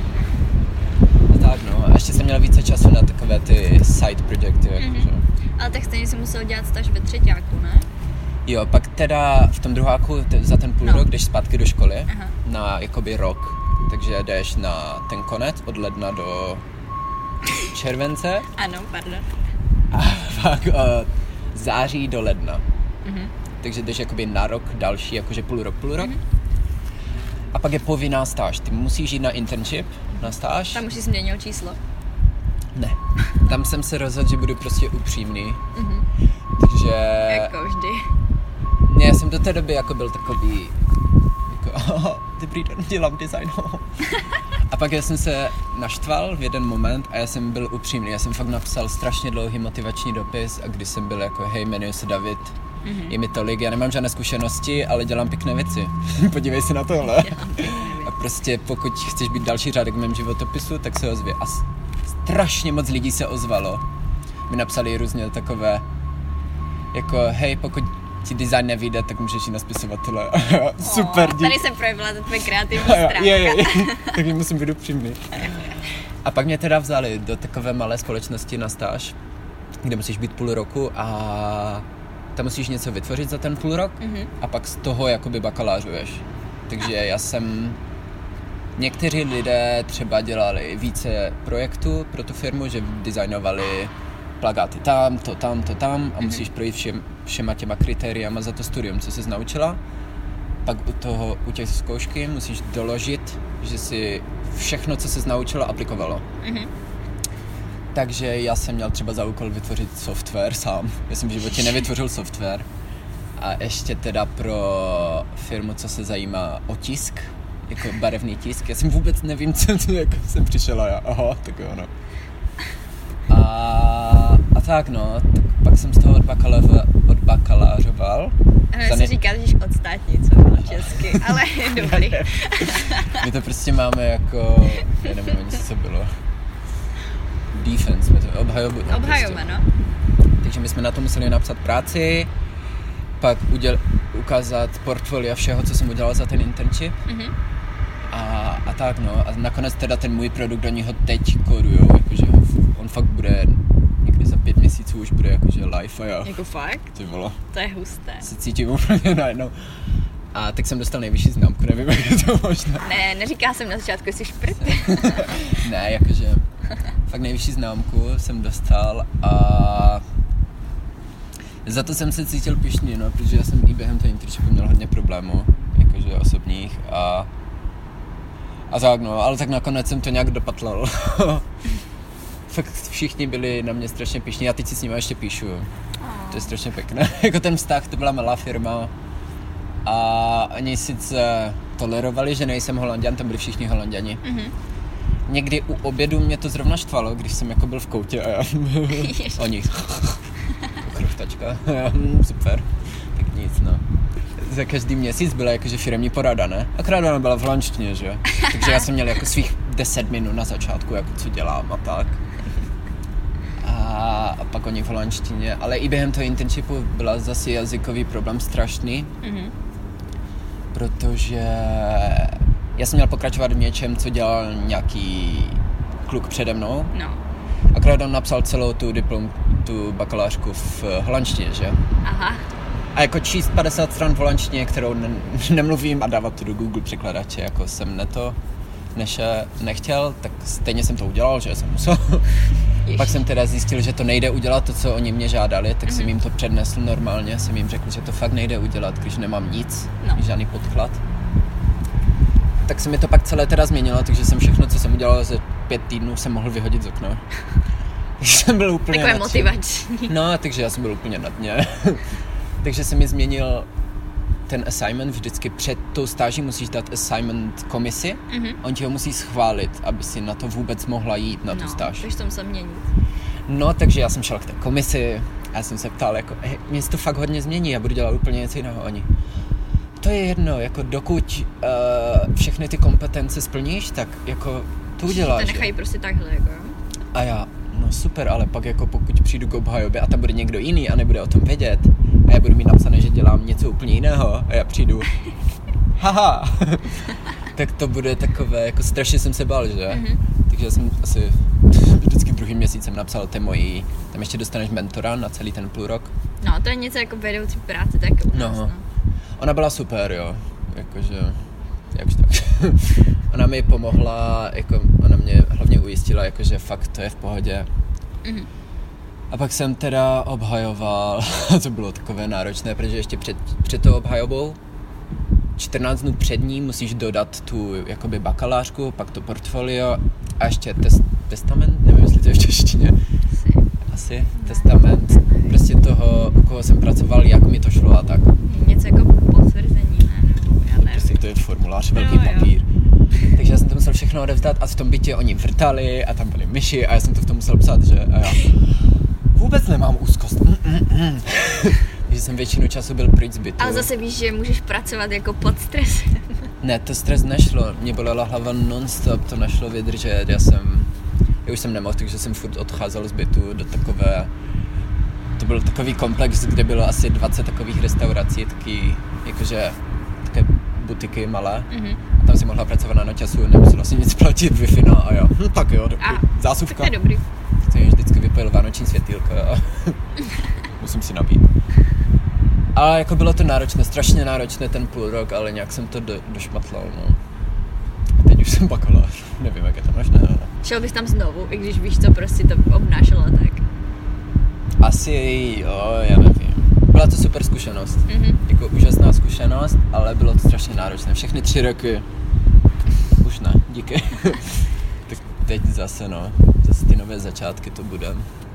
S1: A tak no, a ještě jsem měl více času na takové ty side projekty, jakože.
S2: Ale tak stejně jsem musel dělat stáž ve třeťáku, ne?
S1: Jo, pak teda v tom druháku za ten půl rok jdeš zpátky do školy na jakoby rok, takže jdeš na ten konec od ledna do července.
S2: Ano, pardon.
S1: A pak od září do ledna. Takže jdeš jakoby na rok další, jakože půl rok. A pak je povinná stáž. Ty musíš jít na internship, na stáž.
S2: Tam už jsi změnil číslo?
S1: Ne. Tam jsem se rozhodl, že budu prostě upřímný. Takže...
S2: Jako vždy.
S1: Ne, já jsem do té doby jako byl takový... Jako, dobrý den, dělám design. A pak já jsem se naštval v jeden moment a já jsem byl upřímný. Já jsem fakt napsal strašně dlouhý motivační dopis a když jsem byl jako hej, jmenuji se David, je mi tolik, já nemám žádné zkušenosti, ale dělám pěkné věci. Podívej se na tohle. A prostě pokud chceš být další řádek v mém životopisu, tak se ozvi. A strašně moc lidí se ozvalo. Mi napsali různě takové, jako hej, pokud ti design nevyjde, tak můžeš jít na spisovatele. Super, dík.
S2: Tady se projevila ta tvoje kreativní stránka.
S1: Tak musím být upřímný. A pak mě teda vzali do takové malé společnosti na stáž, kde musíš být půl roku a tam musíš něco vytvořit za ten půl rok a pak z toho jakoby bakalářuješ. Takže já jsem... Někteří lidé třeba dělali více projektů pro tu firmu, že designovali plakáty tam a musíš projít všema těma kritériama za to studium, co jsi naučila. Pak u těch zkoušky musíš doložit, že si všechno, co jsi naučila, aplikovalo. Takže já jsem měl třeba za úkol vytvořit software sám. Já jsem v životě nevytvořil software. A ještě teda pro firmu, co se zajímá o tisk, jako barevný tisk. Já jsem vůbec nevím, co to jako jsem přišel a já, aha, tak jo, no. A tak no, tak pak jsem z toho odbakalářoval.
S2: Já se říká, že od státnice česky, ale dobrý.
S1: My to prostě máme jako, já nevím, co bylo. Defense, obhajobu.
S2: Obhajoba, no.
S1: Takže my jsme na to museli napsat práci, pak ukázat portfolio všeho, co jsem udělal za ten internship. A tak no, a nakonec teda ten můj produkt, oni ho teď kodujou, jakože on fakt bude, někdy za 5 měsíců už bude jakože live a já.
S2: Jako fakt?
S1: Ty vole.
S2: To je husté.
S1: Se cítím úplně najednou. A tak jsem dostal nejvyšší známku, nevím, jak je to možné.
S2: Ne, neříká jsem na začátku, jsi šprt.
S1: Ne, jakože fakt nejvyšší známku jsem dostal a za to jsem se cítil pyšný, no, protože já jsem i během toho internshipu měl hodně problémů, jakože osobních a tak no, ale tak nakonec jsem to nějak dopatlal. Fakt všichni byli na mě strašně pyšní, já teď si s nimi ještě píšu. To je strašně pěkné. Jako ten vztah, to byla malá firma a oni sice tolerovali, že nejsem Holanďan, tam byli všichni Holanďani. Někdy u obědu mě to zrovna štvalo, když jsem jako byl v koutě a já oni chruchtačka, super, tak nic no. Za každý měsíc byla jakože firemní porada, ne? Akorát ona byla v holandštině, že? Takže já jsem měl jako svých 10 minut na začátku, jako co dělám a tak. A pak oni v holandštině, ale i během toho internshipu byla zase jazykový problém strašný, protože já jsem měl pokračovat v něčem, co dělal nějaký kluk přede mnou.
S2: No.
S1: Akorát on napsal celou tu bakalářku v holandštině, že?
S2: Aha.
S1: A jako číst 50 stran v holandštině, kterou nemluvím a dávat to do Google překladače, jako jsem nechtěl, tak stejně jsem to udělal, že jsem musel. Pak jsem teda zjistil, že to nejde udělat, to, co oni mě žádali, tak jsem jim to přednesl normálně, jsem jim řekl, že to fakt nejde udělat, když nemám nic, žádný podklad. Tak se mi to pak celé teda změnilo, takže jsem všechno, co jsem udělal za 5 týdnů, jsem mohl vyhodit z okna. Takže jsem byl úplně
S2: takové motivační.
S1: No, takže já jsem byl úplně na dně. Takže jsem mi změnil ten assignment, vždycky před tou stáží musíš dát assignment komisi, on ti ho musí schválit, aby si na to vůbec mohla jít na tu stáž.
S2: Takže to se měnit.
S1: No, takže já jsem šel k té komisi a já jsem se ptal, jako, mě se to fakt hodně změní, já budu dělat úplně něco jiného. Oni, to je jedno, jako dokud všechny ty kompetence splníš, tak jako to uděláš.
S2: To nechají prostě takhle, jako.
S1: A já, no super, ale pak jako pokud přijdu k obhajobě a tam bude někdo jiný a nebude o tom vědět a já budu mít napsané, že dělám něco úplně jiného a já přijdu, haha, tak to bude takové, jako strašně jsem se bál, že? Takže já jsem asi vždycky druhým měsícem napsal tam ještě dostaneš mentora na celý ten půl rok.
S2: No, to je něco jako vedoucí práce, tak u nás, no.
S1: Ona byla super, jo, jakože, jakž tak. Ona mi pomohla, jako, ona mě hlavně ujistila, jakože fakt to je v pohodě. A pak jsem teda obhajoval, to bylo takové náročné, protože ještě před tou obhajobou 14 dnů před ní musíš dodat tu jakoby bakalářku, pak to portfolio a ještě testament, nevím, jestli to je v češtině. Asi testament, prostě toho, u koho jsem pracoval, jak mi to šlo a tak.
S2: Něco jako potvrzení, ne? Nebo já nevím.
S1: Prostě to je formulář, velký papír. Takže já jsem to musel všechno všechno odevzdat a v tom bytě oni vrtali a tam byly myši a já jsem to v tom musel psát, že a já vůbec nemám úzkost. Takže jsem většinu času byl pryč z bytu.
S2: Ale zase víš, že můžeš pracovat jako pod stresem.
S1: Ne, to stres nešlo, mě bolela hlava non-stop, to nešlo vydržet, já už jsem nemohl, takže jsem furt odcházel z bytu do takové, to byl takový komplex, kde bylo asi 20 takových restaurací, taky, jakože, také butiky malé, a tam si mohla pracovat na nočasu, nemusela si nic platit, Wi-Fi, no a jo, tak jo, zásuvka.
S2: Tak to je dobrý.
S1: Tak jsem vždycky vypojil vánoční světýlko a musím si nabít. Ale jako bylo to náročné, strašně náročné ten půl rok, ale nějak jsem to došmatlal, no. A teď už jsem bakalář, nevím, jak je to možné, ale...
S2: Šel bys tam znovu, i když víš, co prostě to obnášelo, tak?
S1: Asi jo, já nevím. Byla to super zkušenost, jako úžasná zkušenost, ale bylo to strašně náročné. Všechny 3 roky, už ne, díky. Tak teď zase ty nové začátky to bude.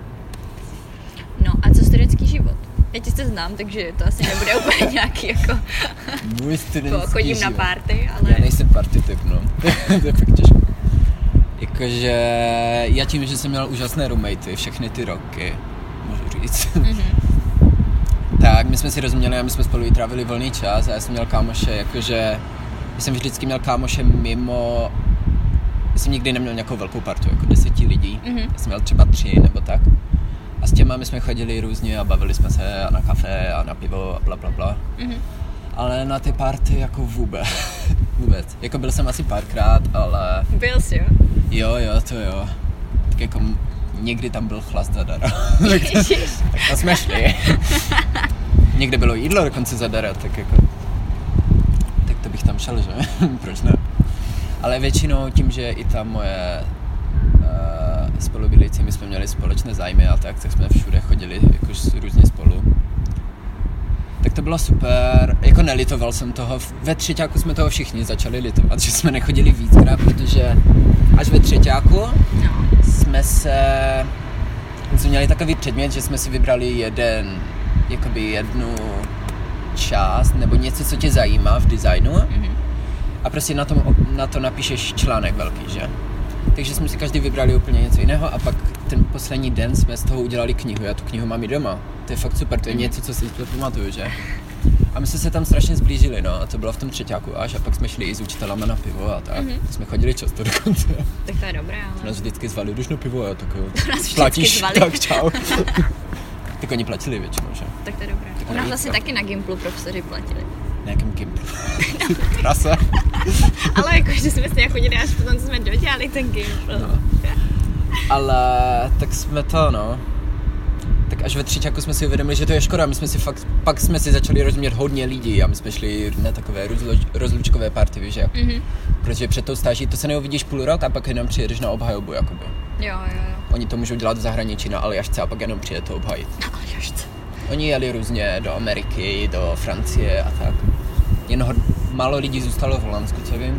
S2: No a co studentský život? Já tě se znám, takže to asi nebude úplně nějaký jako...
S1: Můj studentský
S2: chodím
S1: život.
S2: Na party, ale...
S1: Já nejsem party typ, no. To je fakt těžké. Jakože já tím, že jsem měl úžasné roommatey všechny ty roky, můžu říct. Tak my jsme si rozuměli a my jsme spolu trávili volný čas a já jsem měl kámoše, jakože... Já jsem vždycky měl kámoše mimo... Já jsem nikdy neměl nějakou velkou partu, jako 10 lidí. Já jsem měl třeba 3 nebo tak. A s těma my jsme chodili různě a bavili jsme se a na kafe a na pivo a blablabla. Ale na ty party jako vůbec. Vůbec. Jako byl jsem asi párkrát, ale...
S2: Byl jsi, jo?
S1: Jo, to jo. Tak jako někdy tam byl chlast zadara. Tak to jsme šli. Někde bylo jídlo dokonce zadara, tak jako... Tak to bych tam šel, že? Proč ne? Ale většinou tím, že i tam moje spolubydlící, my jsme měli společné zájmy a tak jsme všude chodili jakož různě spolu. Tak to bylo super, jako nelitoval jsem toho, ve třeťáku jsme toho všichni začali litovat, že jsme nechodili víckrát, protože až ve třeťáku jsme měli takový předmět, že jsme si vybrali jednu část nebo něco, co tě zajímá v designu a prostě na to napíšeš článek velký, že? Takže jsme si každý vybrali úplně něco jiného a pak ten poslední den jsme z toho udělali knihu. Já tu knihu mám i doma. To je fakt super, to je něco, co si pamatuju, že? A my jsme se tam strašně zblížili, no, a to bylo v tom třeťáku až a pak jsme šli i s učitelama na pivo a tak. Jsme chodili často dokonce.
S2: Tak to je dobré, ale...
S1: Nás vždycky zvali, jdeš na pivo a tak jo.
S2: Nás
S1: platíš,
S2: zvali.
S1: tak čau. Tak oni platili většinou, že?
S2: Tak to je dobré. U nás asi taky na Gimplu profesoři platili.
S1: Na jakém Gimplu? Krasa.
S2: Ale jakože jsme s ně chodili až potom, co jsme dodělali ten Gimpl.
S1: No. Ale tak jsme to, no. Tak až ve třeťáku jsme si uvědomili, že to je škoda. My jsme si pak jsme si začali rozumět hodně lidí a my jsme šli na takové rozlučkové party, víš jak? Protože před tou stáží to se neuvidíš půl rok a pak jenom přijedeš na obhajobu, jakoby.
S2: Jo.
S1: Oni to můžou dělat v zahraničí na Aljašce a pak jenom přijede to obhajit.
S2: Na Aljašce.
S1: Oni jeli různě do Ameriky, do Francie a tak. Jen málo lidí zůstalo v Holandsku, co vím.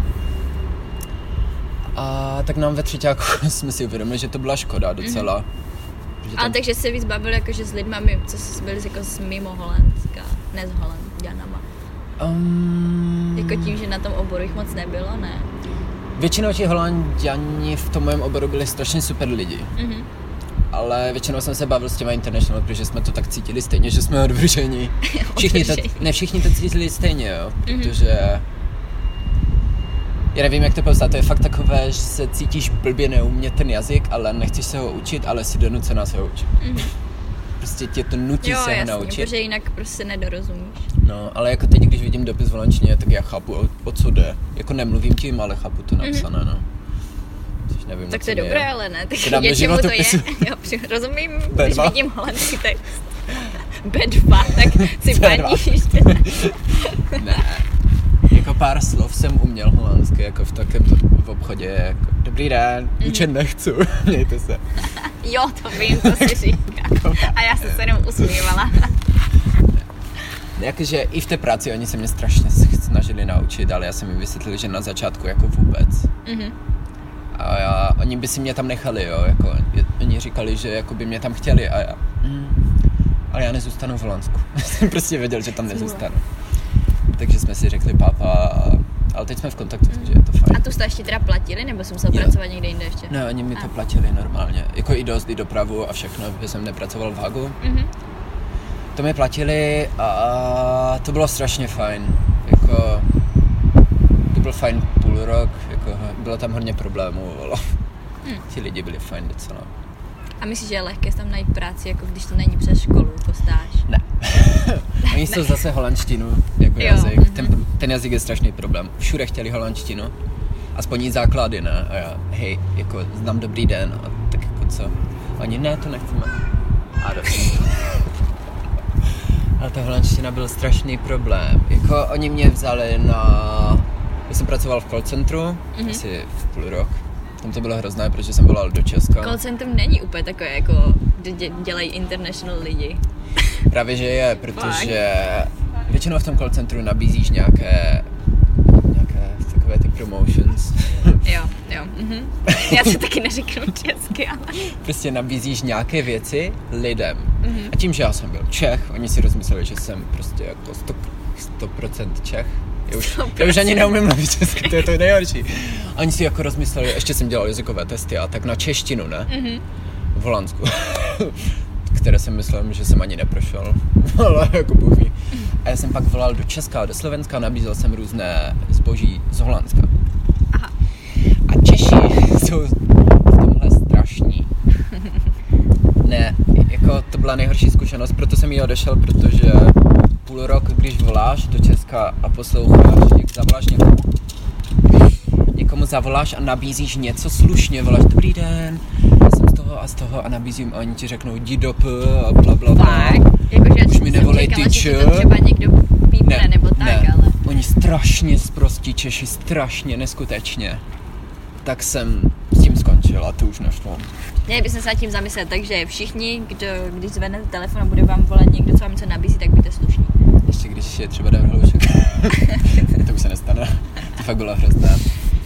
S1: A tak nám ve třeťáku jsme si uvědomili, že to byla škoda docela.
S2: Ale takže se víc bavili jakože s lidma, co byli jako z mimo Holandska, ne s Holanďanama. Jako tím, že na tom oboru jich moc nebylo, ne?
S1: Většinou ti Holanďani v tom mém oboru byli strašně super lidi. Ale většinou jsem se bavil s těma international, protože jsme to tak cítili stejně, že jsme odvržení. Všichni to cítili stejně, jo, protože... Já nevím, jak to popsat, to je fakt takové, že se cítíš blbě neumět ten jazyk, ale nechceš se ho učit, ale jsi donucená se ho učit. Prostě tě to nutí se ho naučit.
S2: Jo, protože jinak prostě nedorozumíš.
S1: No, ale jako teď, když vidím dopis v holandštině, tak já chápu, o co jde. Jako nemluvím tím, ale chápu to napsané, no. Nevím,
S2: tak to je dobré, ale ne, tak
S1: něčemu
S2: to je. Jo, rozumím,
S1: B2.
S2: Když vidím holandský text. B2, tak si paníš.
S1: Ne. Jako pár slov jsem uměl holandsky, jako v takém v obchodě, jako dobrý den, učit nechci, mějte se.
S2: Jo, to vím, co si říká. A já jsem se jenom usmívala.
S1: Jakože i v té práci oni se mě strašně snažili naučit, ale já jsem jim vysvětlil, že na začátku jako vůbec. A oni by si mě tam nechali, jo, jako oni říkali, že jako by mě tam chtěli a já, ale já nezůstanu v Holandsku. Jsem prostě věděl, že tam nezůstanu. Takže jsme si řekli pápa Ale teď jsme v kontaktu, takže je to fajn.
S2: A tu jste ještě teda platili, nebo jsem musel pracovat někde jinde ještě?
S1: No, oni mi to platili normálně. Jako i dost, i dopravu a všechno, že jsem nepracoval v Hagu. To mi platili a to bylo strašně fajn. Jako, to byl fajn půl rok, jako, bylo tam hodně problémů, ale ti lidi byli fajn docela.
S2: A myslíš, že je lehké tam najít práci, jako když to není přes školu, jako stáž?
S1: Ne. Oni jsou zase holandštinu jako jazyk. Ten jazyk je strašný problém. Všude chtěli holandštinu. Aspoň jí základy, ne? A já, hej, jako znám dobrý den. A tak jako co? Oni, ne, to nechceme. A ale ta holandština byl strašný problém. Jako oni mě vzali já jsem pracoval v call centru, asi v půl rok. Tam to bylo hrozné, protože jsem volal do Česka.
S2: Call centrum není úplně takové, jako dělají international lidi.
S1: Právě, že je, protože většinou v tom call centru nabízíš nějaké takové ty promotions.
S2: Jo. Já si taky neřeknu česky, ale...
S1: Prostě nabízíš nějaké věci lidem. A tím, že já jsem byl Čech, oni si rozmysleli, že jsem prostě jako 100% Čech. Já už ani neumím mluvit česky, to je to nejhorší. Oni si jako rozmysleli, ještě jsem dělal jazykové testy a tak na češtinu, ne? V Holandsku. Které jsem myslel, že jsem ani neprošel, ale jako Bůh ví. A já jsem pak volal do Česka a do Slovenska, nabízel jsem různé zboží z Holandska.
S2: Aha.
S1: A Češi jsou v tomhle strašní. Ne, jako to byla nejhorší zkušenost, proto jsem ji odešel, protože půl rok, když voláš do Česka a posloucháš, jak zavoláš někomu zavoláš a nabízíš něco slušně, voláš dobrý den, já jsem z toho a nabízím a oni ti řeknou jdi do P a blablabla.
S2: Tak, jakože
S1: už mi nevolej ty Č.
S2: To třeba někdo pípne nebo tak,
S1: ne.
S2: Ale...
S1: Oni strašně sprostí Češi, strašně neskutečně. Tak jsem s tím skončil a to už nešlo.
S2: Měli bychom se nad tím zamyslet, takže všichni, když zvednete telefon a bude vám volat někdo, co vám něco nabízí, tak buďte slušní.
S1: Ještě když je třeba David Hloušek. To už se nestane. To fakt bylo hrozné.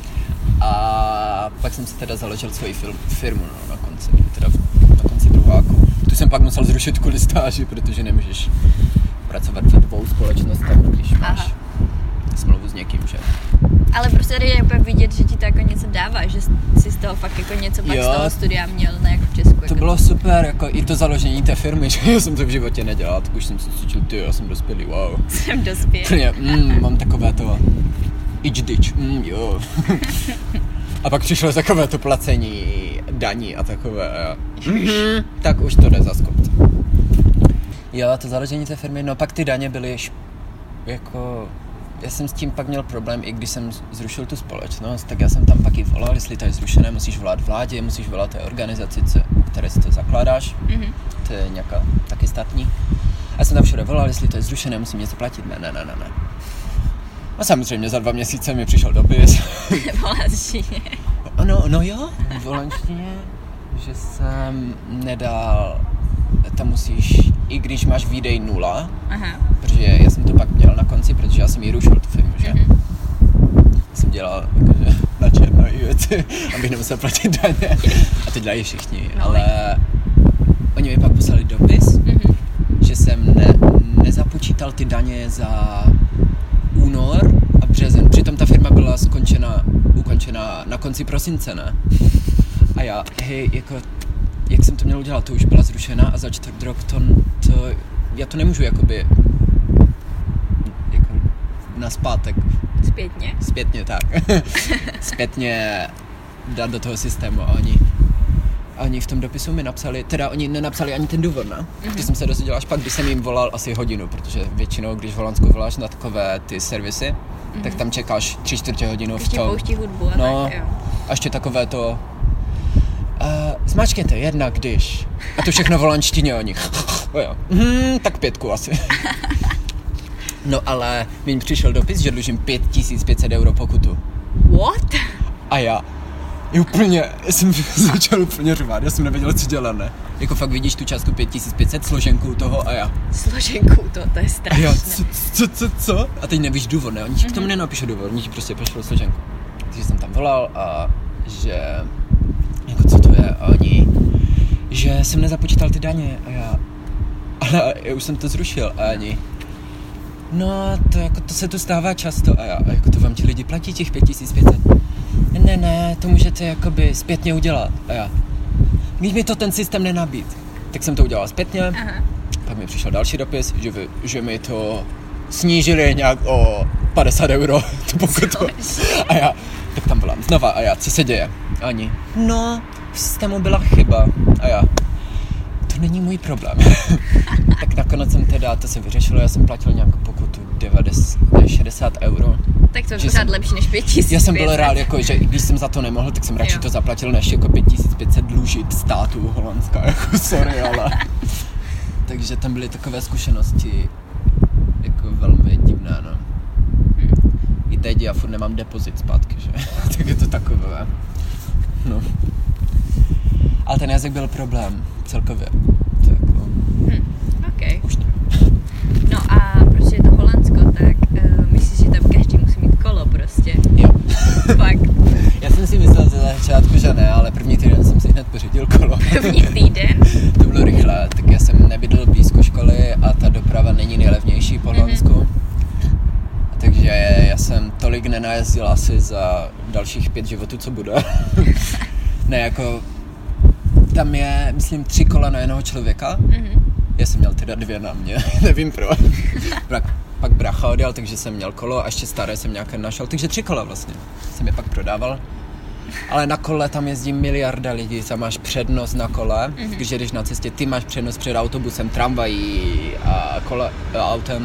S1: A pak jsem si teda založil svoji firmu na konci druháku. Tu jsem pak musel zrušit kvůli stáži, protože nemůžeš pracovat ve dvou společnostech, když máš smlouvu s někým, že?
S2: Ale prostě tady je úplně vidět, že ti to jako něco dává, že jsi z toho fakt jako něco pak z toho studia měl, ne jako v Česku.
S1: To bylo super, jako i to založení té firmy, že já jsem to v životě nedělal, tak už jsem si cítil, já jsem dospělý, wow.
S2: Jsem dospělý.
S1: Plně, mám takové to, ičdič, jo. A pak přišlo takové to placení daní a takové, tak už to jde za skopce. Jo, to založení té firmy, no pak ty daně byly jako... Já jsem s tím pak měl problém, i když jsem zrušil tu společnost, tak já jsem tam pak i volal, jestli to je zrušené, musíš volat vládě, musíš volat té organizaci, u které si to zakládáš, to je nějaká taky státní. A já jsem tam všude volal, jestli to je zrušené, musím něco platit, ne. A samozřejmě za 2 měsíce mi přišel dopis.
S2: V holandštině.
S1: No jo, v holandštině, že jsem nedal, tam musíš, i když máš výdej 0, protože já jsem to pak měl na konci, protože já jsem ji rušil tu firmu, že? Jsem dělal jakože na černo i věci, abych nemusel platit daně. A to dělají všichni, ale oni mi pak poslali dopis, že jsem nezapočítal ty daně za únor a březen. Přitom ta firma byla ukončena na konci prosince, ne? A já, jako, jak jsem to měl udělat, to už byla zrušena a za 4 rok já to nemůžu jakoby jako naspátek. Zpětně, tak. Zpětně dát do toho systému a oni v tom dopisu mi napsali, teda oni nenapsali ani ten důvod, ne? To jsem se dozvěděl až pak, když jsem jim volal asi hodinu, protože většinou, když v Holandsku voláš na takové ty servisy, tak tam čekáš 3/4 hodinu v tom.
S2: Pouští hudbu a tak, jo.
S1: A ještě takové to zmáčkněte jedna, když. A to všechno v holandštině o nich. Tak 5 asi. No ale mi přišel dopis, že dlužím 5500 € pokutu.
S2: What?
S1: A já jsem začal úplně řvát, já jsem nevěděl, co dělat, ne? Jako fakt vidíš tu částku 5500, složenku toho a já.
S2: Složenku to je strašné.
S1: A já, co? A teď nevíš důvod, ne? Oni ti k tomu nenapíšou důvod, oni ti prostě pošlou složenku. Takže jsem tam volal a že... Jako co to je? A oni... Že jsem nezapočítal ty daně a já... Ale já už jsem to zrušil a oni... no to se tu stává často a jako to vám ti lidi platí těch 5500. Ne, to můžete jakoby zpětně udělat. A já, když mi to ten systém nenabít, tak jsem to udělal zpětně. Aha. Pak mi přišel další dopis, že mi to snížili nějak o 50 euro, tu pokutu. A já, tak tam volám znova a já, co se děje? Ani, no, v systému byla chyba. A já, to není můj problém. Tak nakonec jsem teda, to se vyřešilo, já jsem platil nějakou pokutu 60 euro.
S2: Tak to je pořád lepší než 5500.
S1: Já jsem byl rád, jako, že když jsem za to nemohl, tak jsem radši to zaplatil, než jako 5500 dlužit státu Holandska, jako sorry, ale... Takže tam byly takové zkušenosti jako velmi divné, no. I teď já furt nemám depozit zpátky, že? Tak je to takové, no. Ale ten jazyk byl problém, celkově. To jako...
S2: OK. Už to. No a prostě je to Holandsko, tak myslíš, že tam každý musí mít kolo prostě?
S1: Jo.
S2: Fakt.
S1: Já jsem si myslel ze začátku, že ne, ale první týden jsem si hned pořídil kolo.
S2: První týden?
S1: To bylo rychle, tak já jsem nebydlel blízko školy a ta doprava není nejlevnější po Holandsku. Takže já jsem tolik nenajezdil asi za dalších 5 životů, co bude. Ne, jako tam je, myslím, 3 kola na jednoho člověka. Já jsem měl teda 2 na mě, nevím proč. Pak brácha odjel, takže jsem měl kolo a ještě staré jsem nějaké našel, takže 3 kola vlastně jsem je pak prodával. Ale na kole tam jezdí miliarda lidí, tam máš přednost na kole, když jedeš na cestě, ty máš přednost před autobusem, tramvají a autem.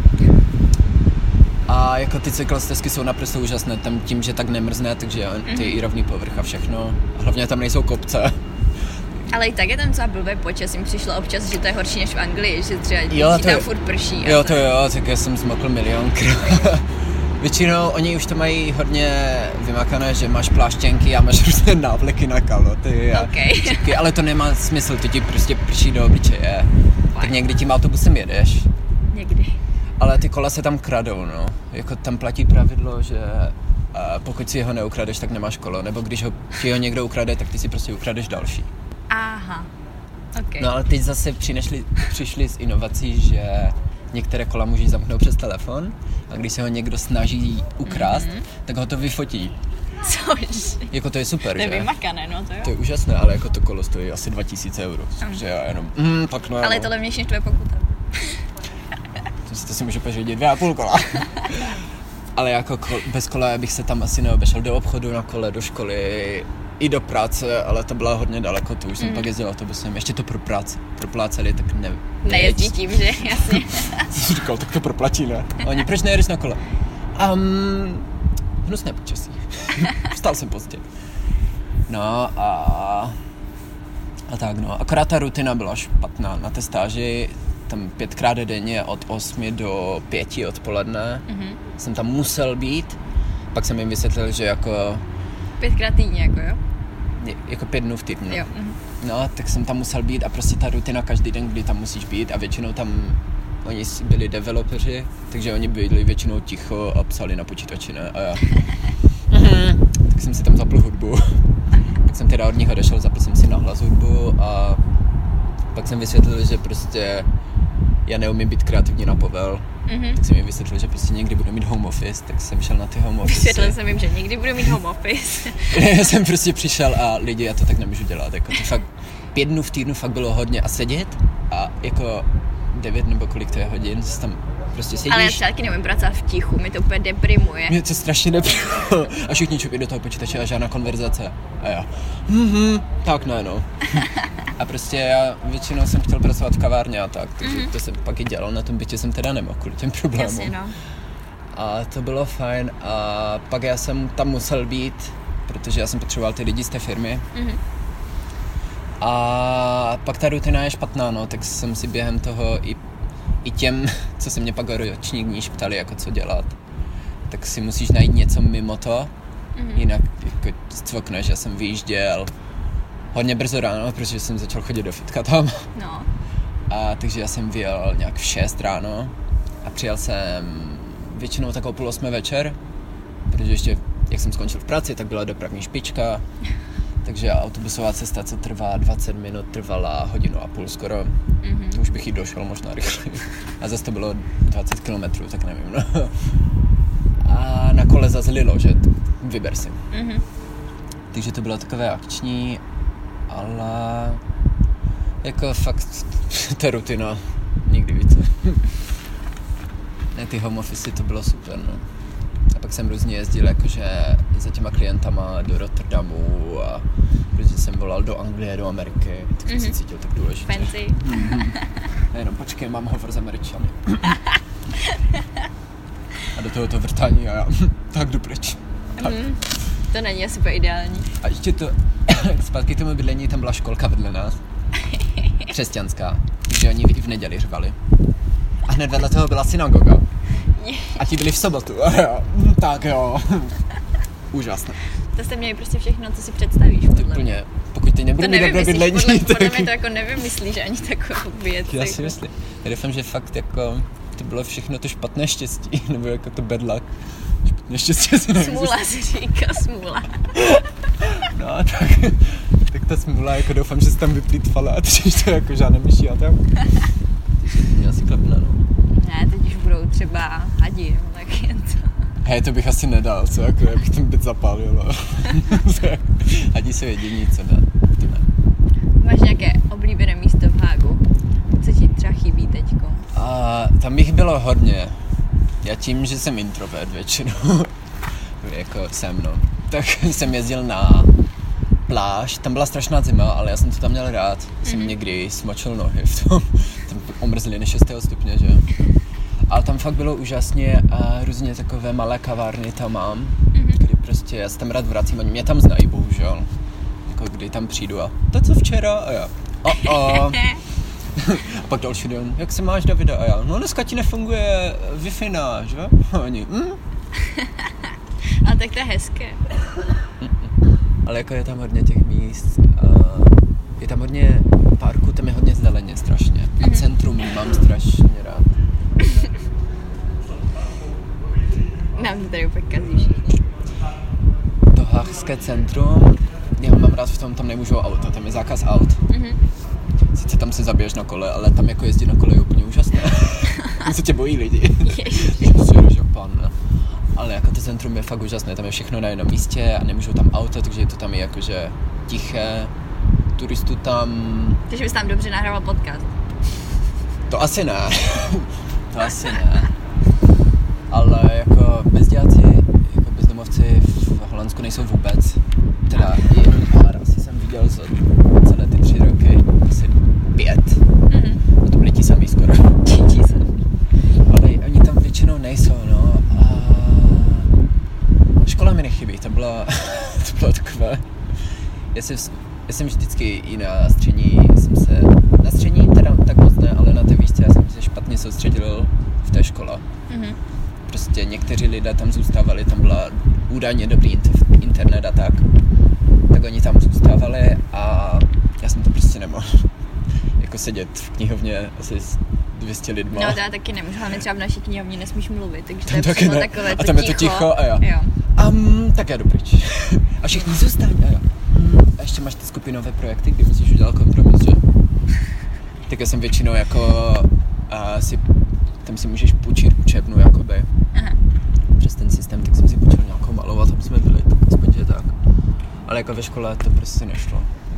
S1: A jako ty cyklostezky jsou naprosto úžasné, tam tím, že tak nemrzne, takže ty i rovný povrch a všechno. A hlavně tam nejsou kopce.
S2: Ale i tak je tam docela blbé počasí, mi přišlo občas, že to je horší než v Anglii, že třeba tam furt prší.
S1: Jo, to jo, tak já jsem zmokl milionkrát. Většinou oni už to mají hodně vymakané, že máš pláštěnky a máš různé návleky na kalhoty a čipky, ale to nemá smysl, to ti prostě prší do obličeje. Tak někdy tím autobusem jedeš.
S2: Někdy.
S1: Ale ty kola se tam kradou, no. Jako tam platí pravidlo, že pokud si ho neukradeš, tak nemáš kolo, nebo když ti ho někdo ukrade, tak ty si prostě ukradeš další.
S2: Aha, ok.
S1: No ale teď zase přišli s inovací, že některé kola můžeš zamknout přes telefon a když se ho někdo snaží ukrást, tak ho to vyfotí.
S2: Což?
S1: Jako to je super, že?
S2: To je vymakané, no to jo.
S1: To je úžasné, ale jako to kolo stojí asi 2000 euro, takže já jenom, tak no.
S2: Ale je to levnější než tvoje pokuta.
S1: To si můžu pořídit 2,5 kola. Ale jako bez kola bych se tam asi neobešel do obchodu na kole, do školy, i do práce, ale to bylo hodně daleko, to už jsem pak jezdil autobusem, ještě to propláceli, tak
S2: nejezdí tím, že? Jasně.
S1: Jsem říkal, tak to proplatí, ne? A oni, proč nejedeš na kole? Hnusné počasí. Vstal jsem pozdě. No a tak no, akorát ta rutina byla špatná na té stáži, tam 5krát denně od 8 do 5 odpoledne jsem tam musel být, pak jsem jim vysvětlil, že jako
S2: 5krát týdně, jako jo?
S1: Jako 5 dnů v týdnu.
S2: Jo.
S1: No, tak jsem tam musel být a prostě ta rutina každý den, kdy tam musíš být a většinou tam oni byli developeři, takže oni byli většinou ticho a psali na počítači, ne? A já tak jsem si tam zapl hudbu. Pak jsem teda od nich odešel, zapl jsem si nahlas hudbu a pak jsem vysvětlil, že prostě já neumím být kreativní na povel. Tak jsem jim vysvětlil, že prostě někdy budu mít home office, tak jsem šel na ty home office.
S2: Vysvětlil jsem jim, že někdy budu mít home office.
S1: Já jsem prostě přišel a lidi, já to tak nemůžu dělat, jako to fakt 5 dnů v týdnu fakt bylo hodně a sedět a jako 9 nebo kolik to je hodin, tam prostě sedíš.
S2: Ale já třeba taky neumím pracovat v tichu, mi to úplně deprimuje.
S1: Mě to strašně deprimuje a všichni čupají do toho počítače a žádná konverzace a já tak ne no. A prostě já většinou jsem chtěl pracovat v kavárně a tak, takže to jsem pak i dělal, na tom bytě jsem teda nemohl kvůli těm problémům.
S2: Jasně, no.
S1: A to bylo fajn a pak já jsem tam musel být, protože já jsem potřeboval ty lidi z té firmy. A pak ta rutina je špatná, no, tak jsem si během toho i těm, co se mě pak o roční kníž ptali, jako co dělat, tak si musíš najít něco mimo to, jinak jako cvokneš, já jsem vyjížděl hodně brzo ráno, protože jsem začal chodit do fitka tam.
S2: No.
S1: A takže já jsem vyjel nějak v 6 ráno a přijel jsem většinou tak o 7:30 večer, protože ještě, jak jsem skončil v práci, tak byla dopravní špička, Takže autobusová cesta, co trvá 20 minut, trvala 1,5 hodiny skoro. To už bych jí došel možná rychleji. A zase to bylo 20 kilometrů, tak nevím, no. A na kole zase lilo, že vyber si. Takže to bylo takové akční, ale jako fakt to je rutina, nikdy více. Ne, ty home office to bylo super, no. A pak jsem různě jezdil jakože za těma klientama do Rotterdamu a různě jsem volal do Anglie, do Ameriky, tak jsem se cítil tak důležitě.
S2: Fancy.
S1: Jenom počkej, mám hovor s Američany. A do toho to vrtání a já, tak jdu pryč.
S2: To není asi úplně ideální.
S1: A ještě to, zpátky k tomu bydlení, tam byla školka vedle nás. Křesťanská, takže oni i v neděli řvali. A hned vedle toho byla synagoga. A ti byli v sobotu. A jo, tak jo. Úžasné.
S2: To jste měli prostě všechno, co si představíš.
S1: Úplně, pokud ty nebudu mít dobré bydlení,
S2: podle mě to jako nevymyslíš ani takovou věc.
S1: Já si myslím. Já doufám, že fakt jako to bylo všechno to špatné štěstí, nebo jako to bad luck. Špatné štěstí si neexistuje.
S2: Smůla si říká, smůla.
S1: No tak ta smůla, jako doufám, že se tam vyplýtvala a teď to jako žádné myší a tam. Takže to mě asi klapne, no.
S2: Ne, teď už budou třeba hadi, tak jen to.
S1: Hej, to bych asi nedal, co jako, já bych ten byt zapálil. Hadi jsou jediní, co dá. To ne.
S2: Máš nějaké oblíbené místo v Hágu? Co ti třeba chybí teďko?
S1: A tam bych bylo hodně. Já tím, že jsem introvert většinou, jako jsem, no, tak jsem jezdil na pláž, tam byla strašná zima, ale já jsem to tam měl rád. Jsem někdy smočil nohy v tom, tam omrzliny 6. stupně, že? Ale tam fakt bylo úžasně a různě takové malé kavárny tam mám, kdy prostě já se tam rád vracím, oni mě tam znají, bohužel. Jako kdy tam přijdu a to co včera a já, A pak další den, jak se máš, Davida? A já, no dneska ti nefunguje Wi-Fi, že? A oni,
S2: A tak to je hezké.
S1: Ale jako je tam hodně těch míst, je tam hodně parku, tam je hodně zeleně strašně. A centrum mám strašně rád.
S2: Nám to tady úplně kazí všichni.
S1: To háchské centrum, já ho mám rád v tom, tam nemůžou auta, tam je zákaz aut. Sice tam se zabiješ na kole, ale tam jako jezdit na kole je úplně úžasné. Se tě bojí lidi. Ale jako to centrum je fakt úžasné, tam je všechno na jednom místě a nemůžou tam auta, takže je to tam jakože tiché, turistů tam...
S2: Takže bys tam dobře nahrával podcast.
S1: To asi ne. Ale jako bezděláci, jako bezdomovci v Holandsku nejsou vůbec. Teda jenom pár, asi jsem viděl za celé ty 3 roky, asi 5. A to byli ti samý skoro. Ale oni tam většinou nejsou, no. A škola mi nechybí, to bylo takové. Já jsem vždycky i na střední, teda tak moc ne, ale na té výšce já jsem se špatně soustředil v té škole. Prostě někteří lidé tam zůstávali, tam byla údajně dobrý internet a tak oni tam zůstávali a já jsem to prostě nemohl. Jako sedět v knihovně asi s 200 lidma.
S2: No to já taky nemůžu, hlavně třeba v naší knihovně nesmíš mluvit, takže to je
S1: taky
S2: přímo
S1: ne.
S2: takové
S1: a tam je to ticho a já.
S2: Jo.
S1: Tak já jdu pryč. A všichni zůstaň a já. A ještě máš ty skupinové projekty, kdy musíš udělat kompromis, že? Tak já jsem většinou jako tam si můžeš půjčit učebnu jakoby. Přes ten systém, tak jsem si půjčil nějakou malou a tam jsme byli, tak aspoň že tak. Ale jako ve škole to prostě nešlo.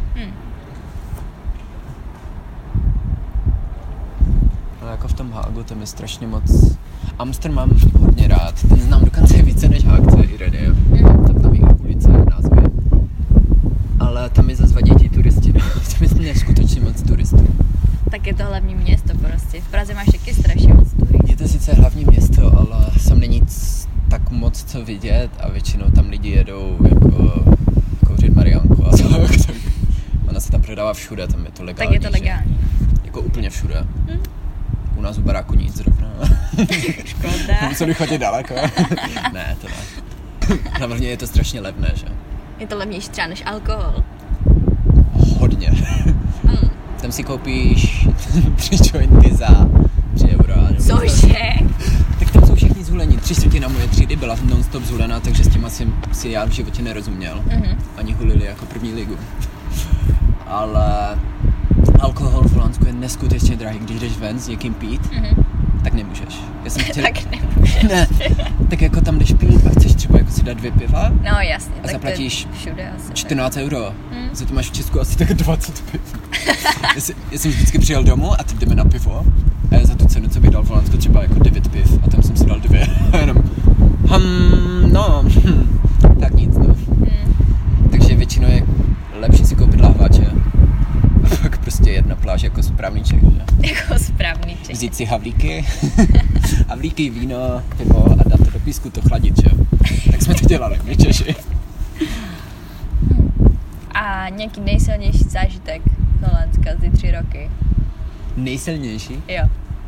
S1: Ale jako v tom Hágu tam je strašně moc... Amsterdam mám hodně rád, ten znám dokonce více než Haag, co je Irene. Tam je ulice, názvy. Ale tam je zase vadí ti turisti, tam je neskutečně moc turistů.
S2: Tak je to hlavní město prostě, v Praze máš taky strašně moc turistů.
S1: Je to sice hlavní město, ale sem není tak moc co vidět a většinou tam lidi jedou jako kouřit mariánku a tak. Ona se tam prodává všude, tam je to legální.
S2: Tak je to legální.
S1: Jako úplně všude. U nás u baráku nic zrovna.
S2: Škoda.
S1: Museli chodit daleko. Ne, to ne. Hlavně je to strašně levné, že?
S2: Je to levnější třeba než alkohol.
S1: Hodně. Tam si koupíš 3 jointy za 3 euro.
S2: Cože?
S1: Tak tam jsou všichni zvolení, 3/4 moje třídy byla non-stop zhulená, takže s tím asi si já v životě nerozuměl. Ani hulili jako první ligu. Ale alkohol v Holandsku je neskutečně drahý, když jdeš ven s někým pít, tak nemůžeš. Já jsem chtěl...
S2: Tak nemůžeš.
S1: Ne, tak jako tam jdeš pít a chceš třeba jako si dát 2 piva.
S2: No jasně.
S1: A zaplatíš
S2: všude asi
S1: 14 euro. Za to máš v Česku asi tak 20 piv. Já jsem vždycky přijel domů a teď jdeme na pivo. A já za tu cenu, co bych dal v Holandsku, třeba jako 9 piv. A tam jsem si dal 2. A jenom... tak nic, no. Takže většinou je lepší si koupit lahváče. A pak prostě jedna pláž jako správný Čech, že?
S2: Jako správný Čech.
S1: Vzít si havlíky, víno, pivo a dát to do písku, to chladit, že? Tak jsme to dělali, my Češi.
S2: A nějaký nejsilnější zážitek z Holandska za ty 3 roky?
S1: Nejsilnější?
S2: Jo.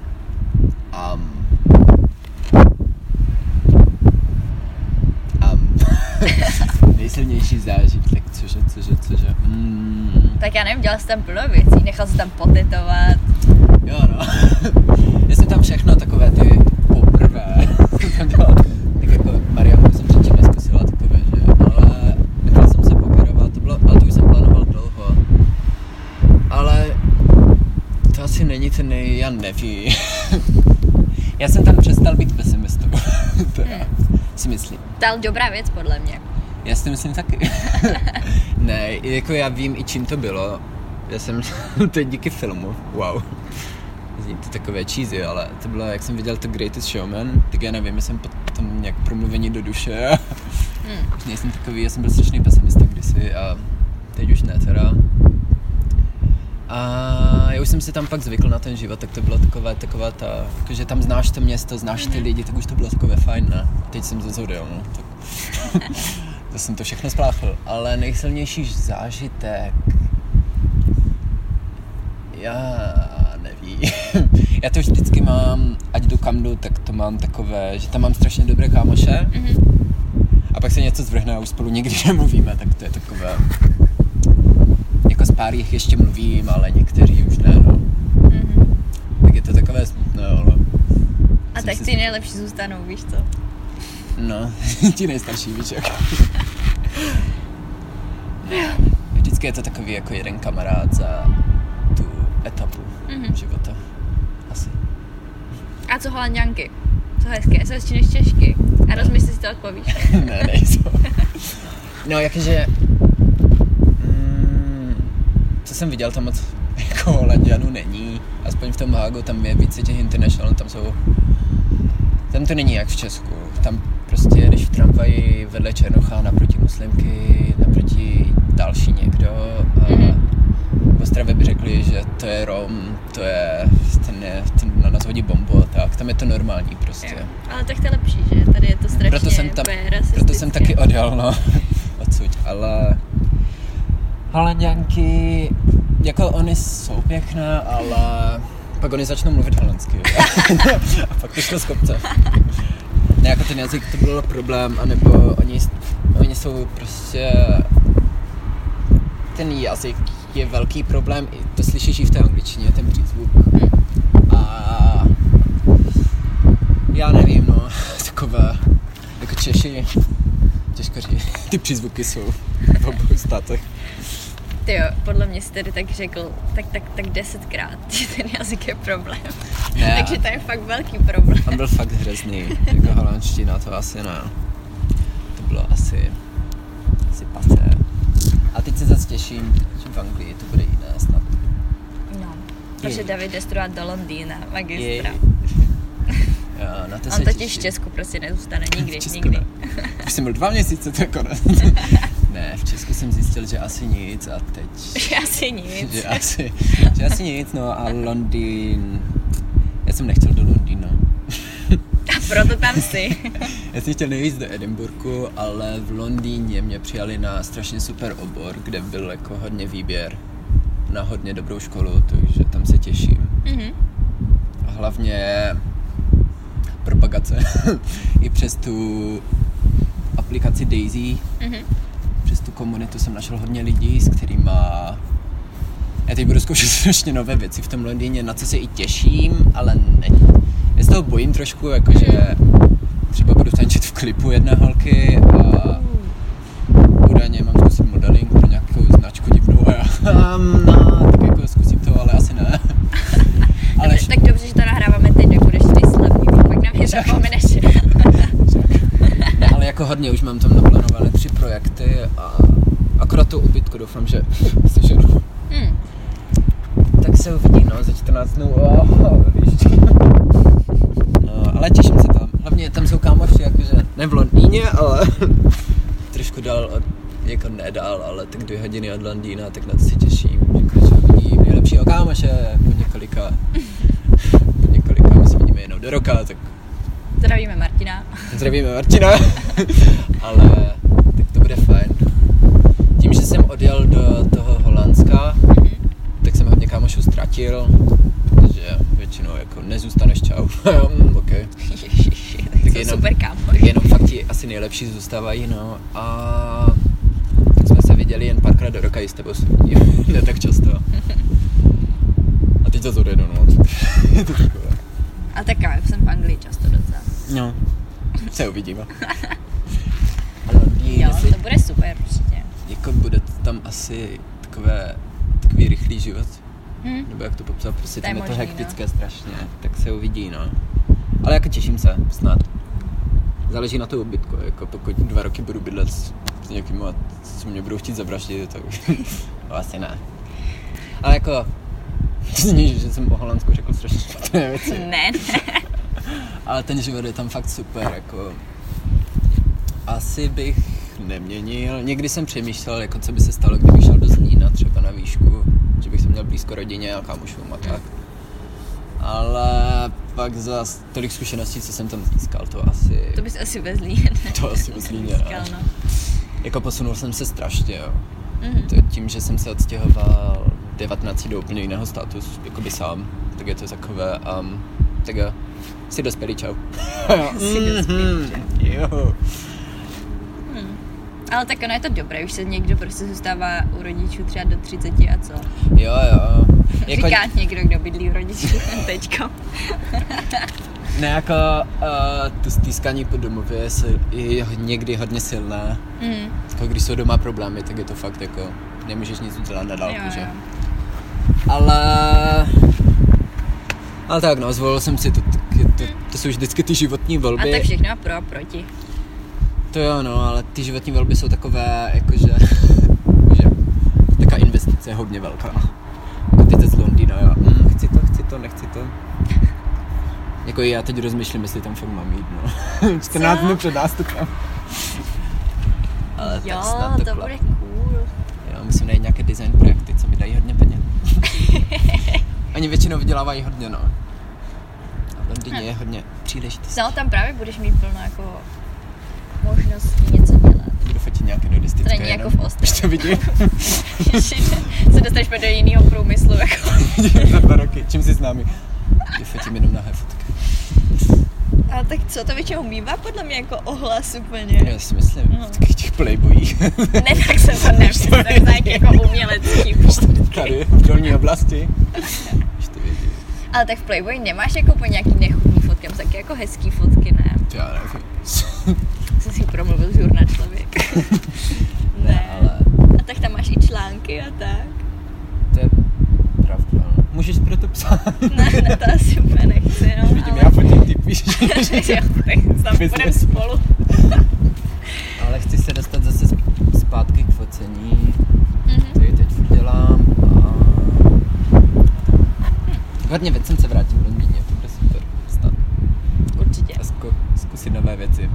S1: Nejsilnější zážitek, cože.
S2: Tak já nevím, dělal jsi tam plno věcí, nechal jsi tam potetovat.
S1: Jo no, já jsem tam všechno takové ty poprvé jsem dělal, tak jako Marianku jsem předtím neskusila takové, že, ale nechal jsem se pokerovat, ale to už jsem plánoval dlouho, ale to asi není ten já nevím. Já jsem tam přestal být pesimistou, teda si myslím.
S2: Dal dobrá věc podle mě.
S1: Já si myslím taky. Ne, jako já vím i čím to bylo. Já jsem, to je díky filmu, wow. Zní to takové cheesy, ale to bylo, jak jsem viděl to Greatest Showman, tak já nevím, já jsem potom nějak promluvení do duše. Už nejsem takový, já jsem byl strašný pesimista kdysi a teď už ne teda. A já už jsem si tam pak zvykl na ten život, tak to bylo taková ta, jakože tam znáš to město, znáš ty lidi, tak už to bylo takové fajn, ne? Teď jsem ze Zodionu, tak to jsem to všechno spláchl, ale nejsilnější zážitek, já nevím. Já to vždycky mám, ať jdu kam jdu, tak to mám takové, že tam mám strašně dobré kámoše a pak se něco zvrhne a už spolu nikdy nemluvíme, tak to je takové, jako s pár jich ještě mluvím, ale někteří už ne, no. Tak je to takové smutné, ale...
S2: A tak ty nejlepší zůstanou, víš co?
S1: No, ti nejstarší, víš jak. Vždycky je to takový jako jeden kamarád za tu etapu života. Asi.
S2: A co Holanďanky? Co hezké, jsou hezčí než Češky. A rozmysli si to odpovíš.
S1: Ne, nejsou. No, jakože... co jsem viděl, tam moc jako Holanďanů není. Aspoň v tom Hágu, tam je více těch international, tam to není jak v Česku. Tam prostě jedeš v tramvaji vedle Černocha, naproti muslimky, naproti další někdo a v Ostravě by řekli, že to je Rom, ten na nás hodí bombu a tak, tam je to normální prostě.
S2: Jo. Ale tak to je lepší, že? Tady je to strašně
S1: proto jsem taky odjel, no, odsud, ale Holanďanky, jako oni jsou pěkné, ale pak oni začnou mluvit holandsky a pak to šlo z kopce. Ne, jako ten jazyk to byl problém, anebo oni jsou prostě, ten jazyk je velký problém, i to slyšíš i v té angličtině, ten přízvuk. A já nevím, no, takové, jako Češi, těžko říct, ty přízvuky jsou v obou státech.
S2: Tyjo, podle mě jsi tedy tak řekl, tak 10krát, že ten jazyk je problém.
S1: Ne,
S2: takže to je fakt velký problém.
S1: On byl fakt hrozný, jako holandština, to asi ne. To bylo asi paté. A teď se zase těším, že v Anglii to bude jiné snad.
S2: No, protože David jde studovat do Londýna, magistra.
S1: Jo, na to
S2: on
S1: se
S2: totiž
S1: těším.
S2: v Česku prostě nezůstane nikdy,
S1: v Česku
S2: nikdy.
S1: Ne. Už jsem byl 2 měsíce, to je konec. Ne, v Česku jsem zjistil, že asi nic a teď...
S2: Že asi nic.
S1: že asi nic, no a Londýn... Já jsem nechtěl do Londýna.
S2: A proto tam jsi.
S1: Já jsem chtěl nejvíc do Edinburghu, ale v Londýně mě přijali na strašně super obor, kde byl jako hodně výběr na hodně dobrou školu, takže tam se těším. A hlavně propagace. I přes tu aplikaci Daisy, přes tu komunitu jsem našel hodně lidí, s kterýma já teď budu zkoušet strašně nové věci v tom Londýně, na co se i těším, ale ne. Já z toho bojím trošku, jakože třeba klipu jedné holky a údajně mám zkusit modeling pro nějakou značku divnou a já tak jako zkusím to, ale asi ne.
S2: Ale tak dobře, že to nahráváme teď, jak budeš tady slavný, pak nám je zapomeneš.
S1: Ne, ale jako hodně, už mám tam naplánované 3 projekty a akorát to ubytko doufám, že se ženu. Tak se uvidí, no, za 14 dnů, no, ale těším se tam, hlavně tam jsou kámoši, jakože ne v Londýně, ale trošku dál, jako nedál, ale tak 2 hodiny od Londýna, tak na to se těším, že uvidím nejlepšího kámoše po několika, my se vidíme jednou do roka, tak
S2: Zdravíme Martina,
S1: ale tak to bude fajn. Tím, že jsem odjel do toho Holandska, tak jsem hodně kámošů ztratil, protože většinou jako nezůstaneš, čau. Okay.
S2: tak super kámoš.
S1: Tak jenom fakt ti asi nejlepší zůstávají, no. A tak jsme se viděli jen párkrát do roka i s tebou se vidím, ne tak často. A teď to odjedu, no. Je to takové.
S2: A tak já jsem v Anglii často docela.
S1: No, se uvidíme.
S2: Jo, to bude super určitě.
S1: Jako bude tam asi takový rychlý život. Nebo jak to popsat, prostě tam je to hektické, no. Strašně, tak se uvidí, no. Ale jako těším se, snad. Záleží na to ubytku, jako pokud 2 roky budu bydlet s někým, co mě budou chtít zavraždit, tak asi ne. Ale jako, zní, že jsem o Holandsku řekl strašně špatné věci.
S2: Ne.
S1: Ale ten život je tam fakt super, jako asi bych neměnil. Někdy jsem přemýšlel, jako co by se stalo, kdybych šel do Zlína třeba na výšku, že bych se měl blízko rodině a kámošům a tak. Ale pak za tolik zkušeností, co jsem tam získal, to asi...
S2: To bys asi ve Zlíně.
S1: To asi ve Zlíně,
S2: no.
S1: Jako posunul jsem se strašně, jo. To je tím, že jsem se odstěhoval 19 do úplně jiného státu, jakoby sám, tak je to takové, tak jo, jsi dospělý, čau.
S2: Jsi dospělý, čau.
S1: Jo.
S2: Ale tak ono je to dobré, už se někdo prostě zůstává u rodičů třeba do 30 a co?
S1: Jo.
S2: Říká někdo, kdo bydlí u rodičů teďko.
S1: Ne, jako to stýskání po domově je někdy hodně silné. Jako když jsou doma problémy, tak je to fakt jako, nemůžeš nic udělat na dálku,
S2: jo.
S1: že? Ale tak no, zvolil jsem si to jsou vždycky ty životní volby.
S2: A tak všechno pro a proti.
S1: To jo, no, ale ty životní volby jsou takové, jakože, že taká investice je hodně velká. Jako teď z Londýna, jo, chci to, nechci to. Jako já teď rozmýšlím, jestli tam fakt mám jít, no. 14 dnů před nástupem. Ale
S2: jo,
S1: tak snad
S2: to bude cool.
S1: Jo, musím najít nějaké design projekty, co mi dají hodně peněz. Oni většinou vydělávají hodně, no. A v Londýně je hodně příležitostí.
S2: No, tam právě budeš mít plno jako možností něco dělat.
S1: Budu fotit nějaké nudistické.
S2: To není jako v Ostravě.
S1: Už to vidím.
S2: se dostaneš do jiného průmyslu, jako.
S1: Za 2 roky, čím jsi s námi? Fotím jenom nahé fotky.
S2: A tak co, to většinou mývá podle mě jako ohlas úplně.
S1: Já si myslím, v takových těch playboyích.
S2: Ne, tak jsem to nemyslel, tak nějaký jako umělecký.
S1: Tady, v dolní oblasti. Už to vidím.
S2: Ale tak v Playboy nemáš jako po nějaký nechutný fotky, taky jako hezký fotky, ne?
S1: Já nevím.
S2: Jsem si promluvil žurna člověk. Ne,
S1: ale...
S2: A tak tam máš i články a tak.
S1: To je pravda. Můžeš pro to psát.
S2: Ne, to asi úplně nechci, no.
S1: Vidím, ale... já fotím, ty píšeš.
S2: Jo, tak tam budeme spolu.
S1: Ale chci se dostat zase zpátky k focení. To ji teď furt dělám. Hodně věc jsem se vrátil v Londýně, to bude super. Snad.
S2: Určitě.
S1: A zkusit nové věci.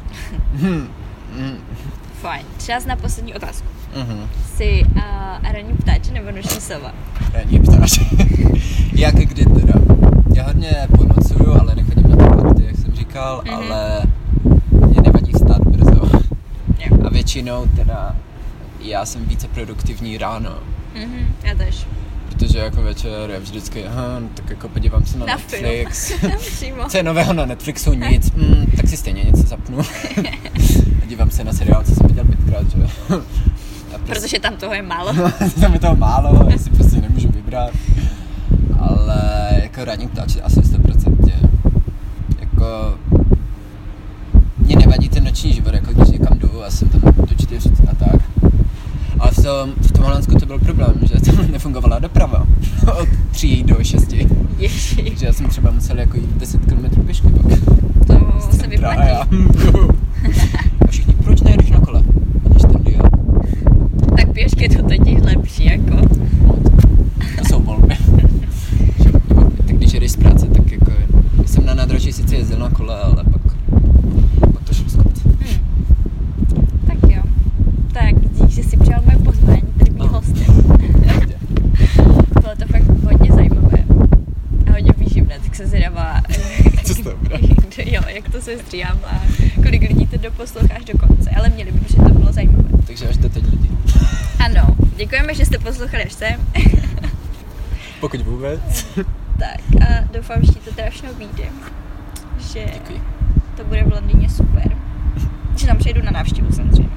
S2: Fajn. Čas na poslední otázku. Jsi ranní ptáče nebo noční sova?
S1: Ranní ptáče. Jak kdy teda? Já hodně ponocuju, ale nechodím na ty party, jak jsem říkal, ale mě nevadí vstát brzo. A většinou teda já jsem více produktivní ráno.
S2: Já tež.
S1: Protože jako večer je vždycky, tak jako podívám se na Netflix. Co je nového na Netflixu? Nic. Tak si stejně něco zapnu. A dívám se na seriál, co jsem viděl 5krát, že?
S2: Protože tam toho je málo.
S1: Tam je toho málo, já si prostě nemůžu vybrat. Ale jako ranní ptáče asi 100%. Jako mě nevadí ten komerční život, jako když někam jdu a jsem tam do 4 a tak. Ale v tom Holandsku to byl problém, že tam nefungovala doprava od 3 do 6.
S2: Ježi.
S1: Takže já jsem třeba musel jako jít 10 km pěšky pak.
S2: To se vyplatí.
S1: A všichni, proč nejedeš na kole? Když ten dia.
S2: Tak pěšky je to totiž lepší, jako.
S1: To jsou volby. Tak když jedeš z práce, tak jako jsem na nádraží sice jezdil na kole, ale pak to šlo skut.
S2: Tak jo. Tak dík, že jsi přijal moje pozvání, tady být hostem. Bylo to fakt hodně zajímavé a hodně výživné, tak se zvědavá, jak to se stříhám a kolik lidí to doposloucháš do konce, ale měli by, že to bylo zajímavé.
S1: Takže až do teď lidi.
S2: Ano, děkujeme, že jste poslouchali až sem.
S1: Pokud vůbec.
S2: Tak a doufám, že ti to teda všechno vyjde, že
S1: Děkuji.
S2: to bude v Londýně super. Že tam přejdu na návštěvu samozřejmě.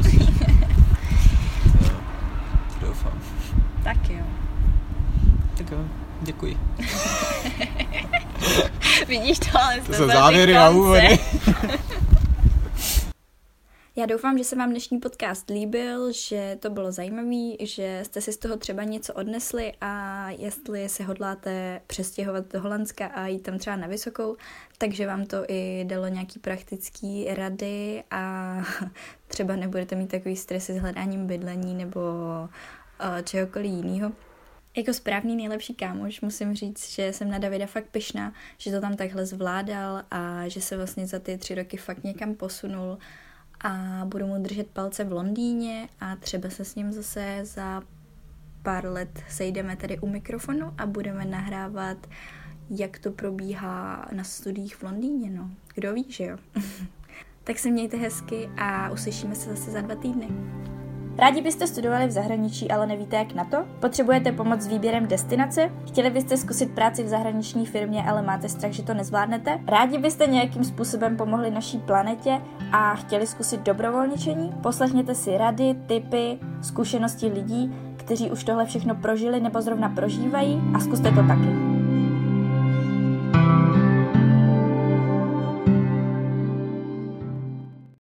S1: Jo, doufám.
S2: Tak jo.
S1: Tak jo, děkuji.
S2: Vidíš to, ale
S1: To jsou závěry a úvody.
S2: Já doufám, že se vám dnešní podcast líbil, že to bylo zajímavý, že jste si z toho třeba něco odnesli a jestli se hodláte přestěhovat do Holandska a jít tam třeba na vysokou, takže vám to i dalo nějaký praktický rady a třeba nebudete mít takový stresy s hledáním bydlení nebo čehokoliv jiného. Jako správný nejlepší kámoš musím říct, že jsem na Davida fakt pyšná, že to tam takhle zvládal a že se vlastně za ty 3 roky fakt někam posunul a budu mu držet palce v Londýně a třeba se s ním zase za pár let sejdeme tady u mikrofonu a budeme nahrávat, jak to probíhá na studiích v Londýně, no. Kdo ví, že jo? Tak se mějte hezky a uslyšíme se zase za 2 týdny. Rádi byste studovali v zahraničí, ale nevíte jak na to? Potřebujete pomoc s výběrem destinace? Chtěli byste zkusit práci v zahraniční firmě, ale máte strach, že to nezvládnete? Rádi byste nějakým způsobem pomohli naší planetě a chtěli zkusit dobrovolničení? Poslechněte si rady, tipy, zkušenosti lidí, kteří už tohle všechno prožili nebo zrovna prožívají a zkuste to taky.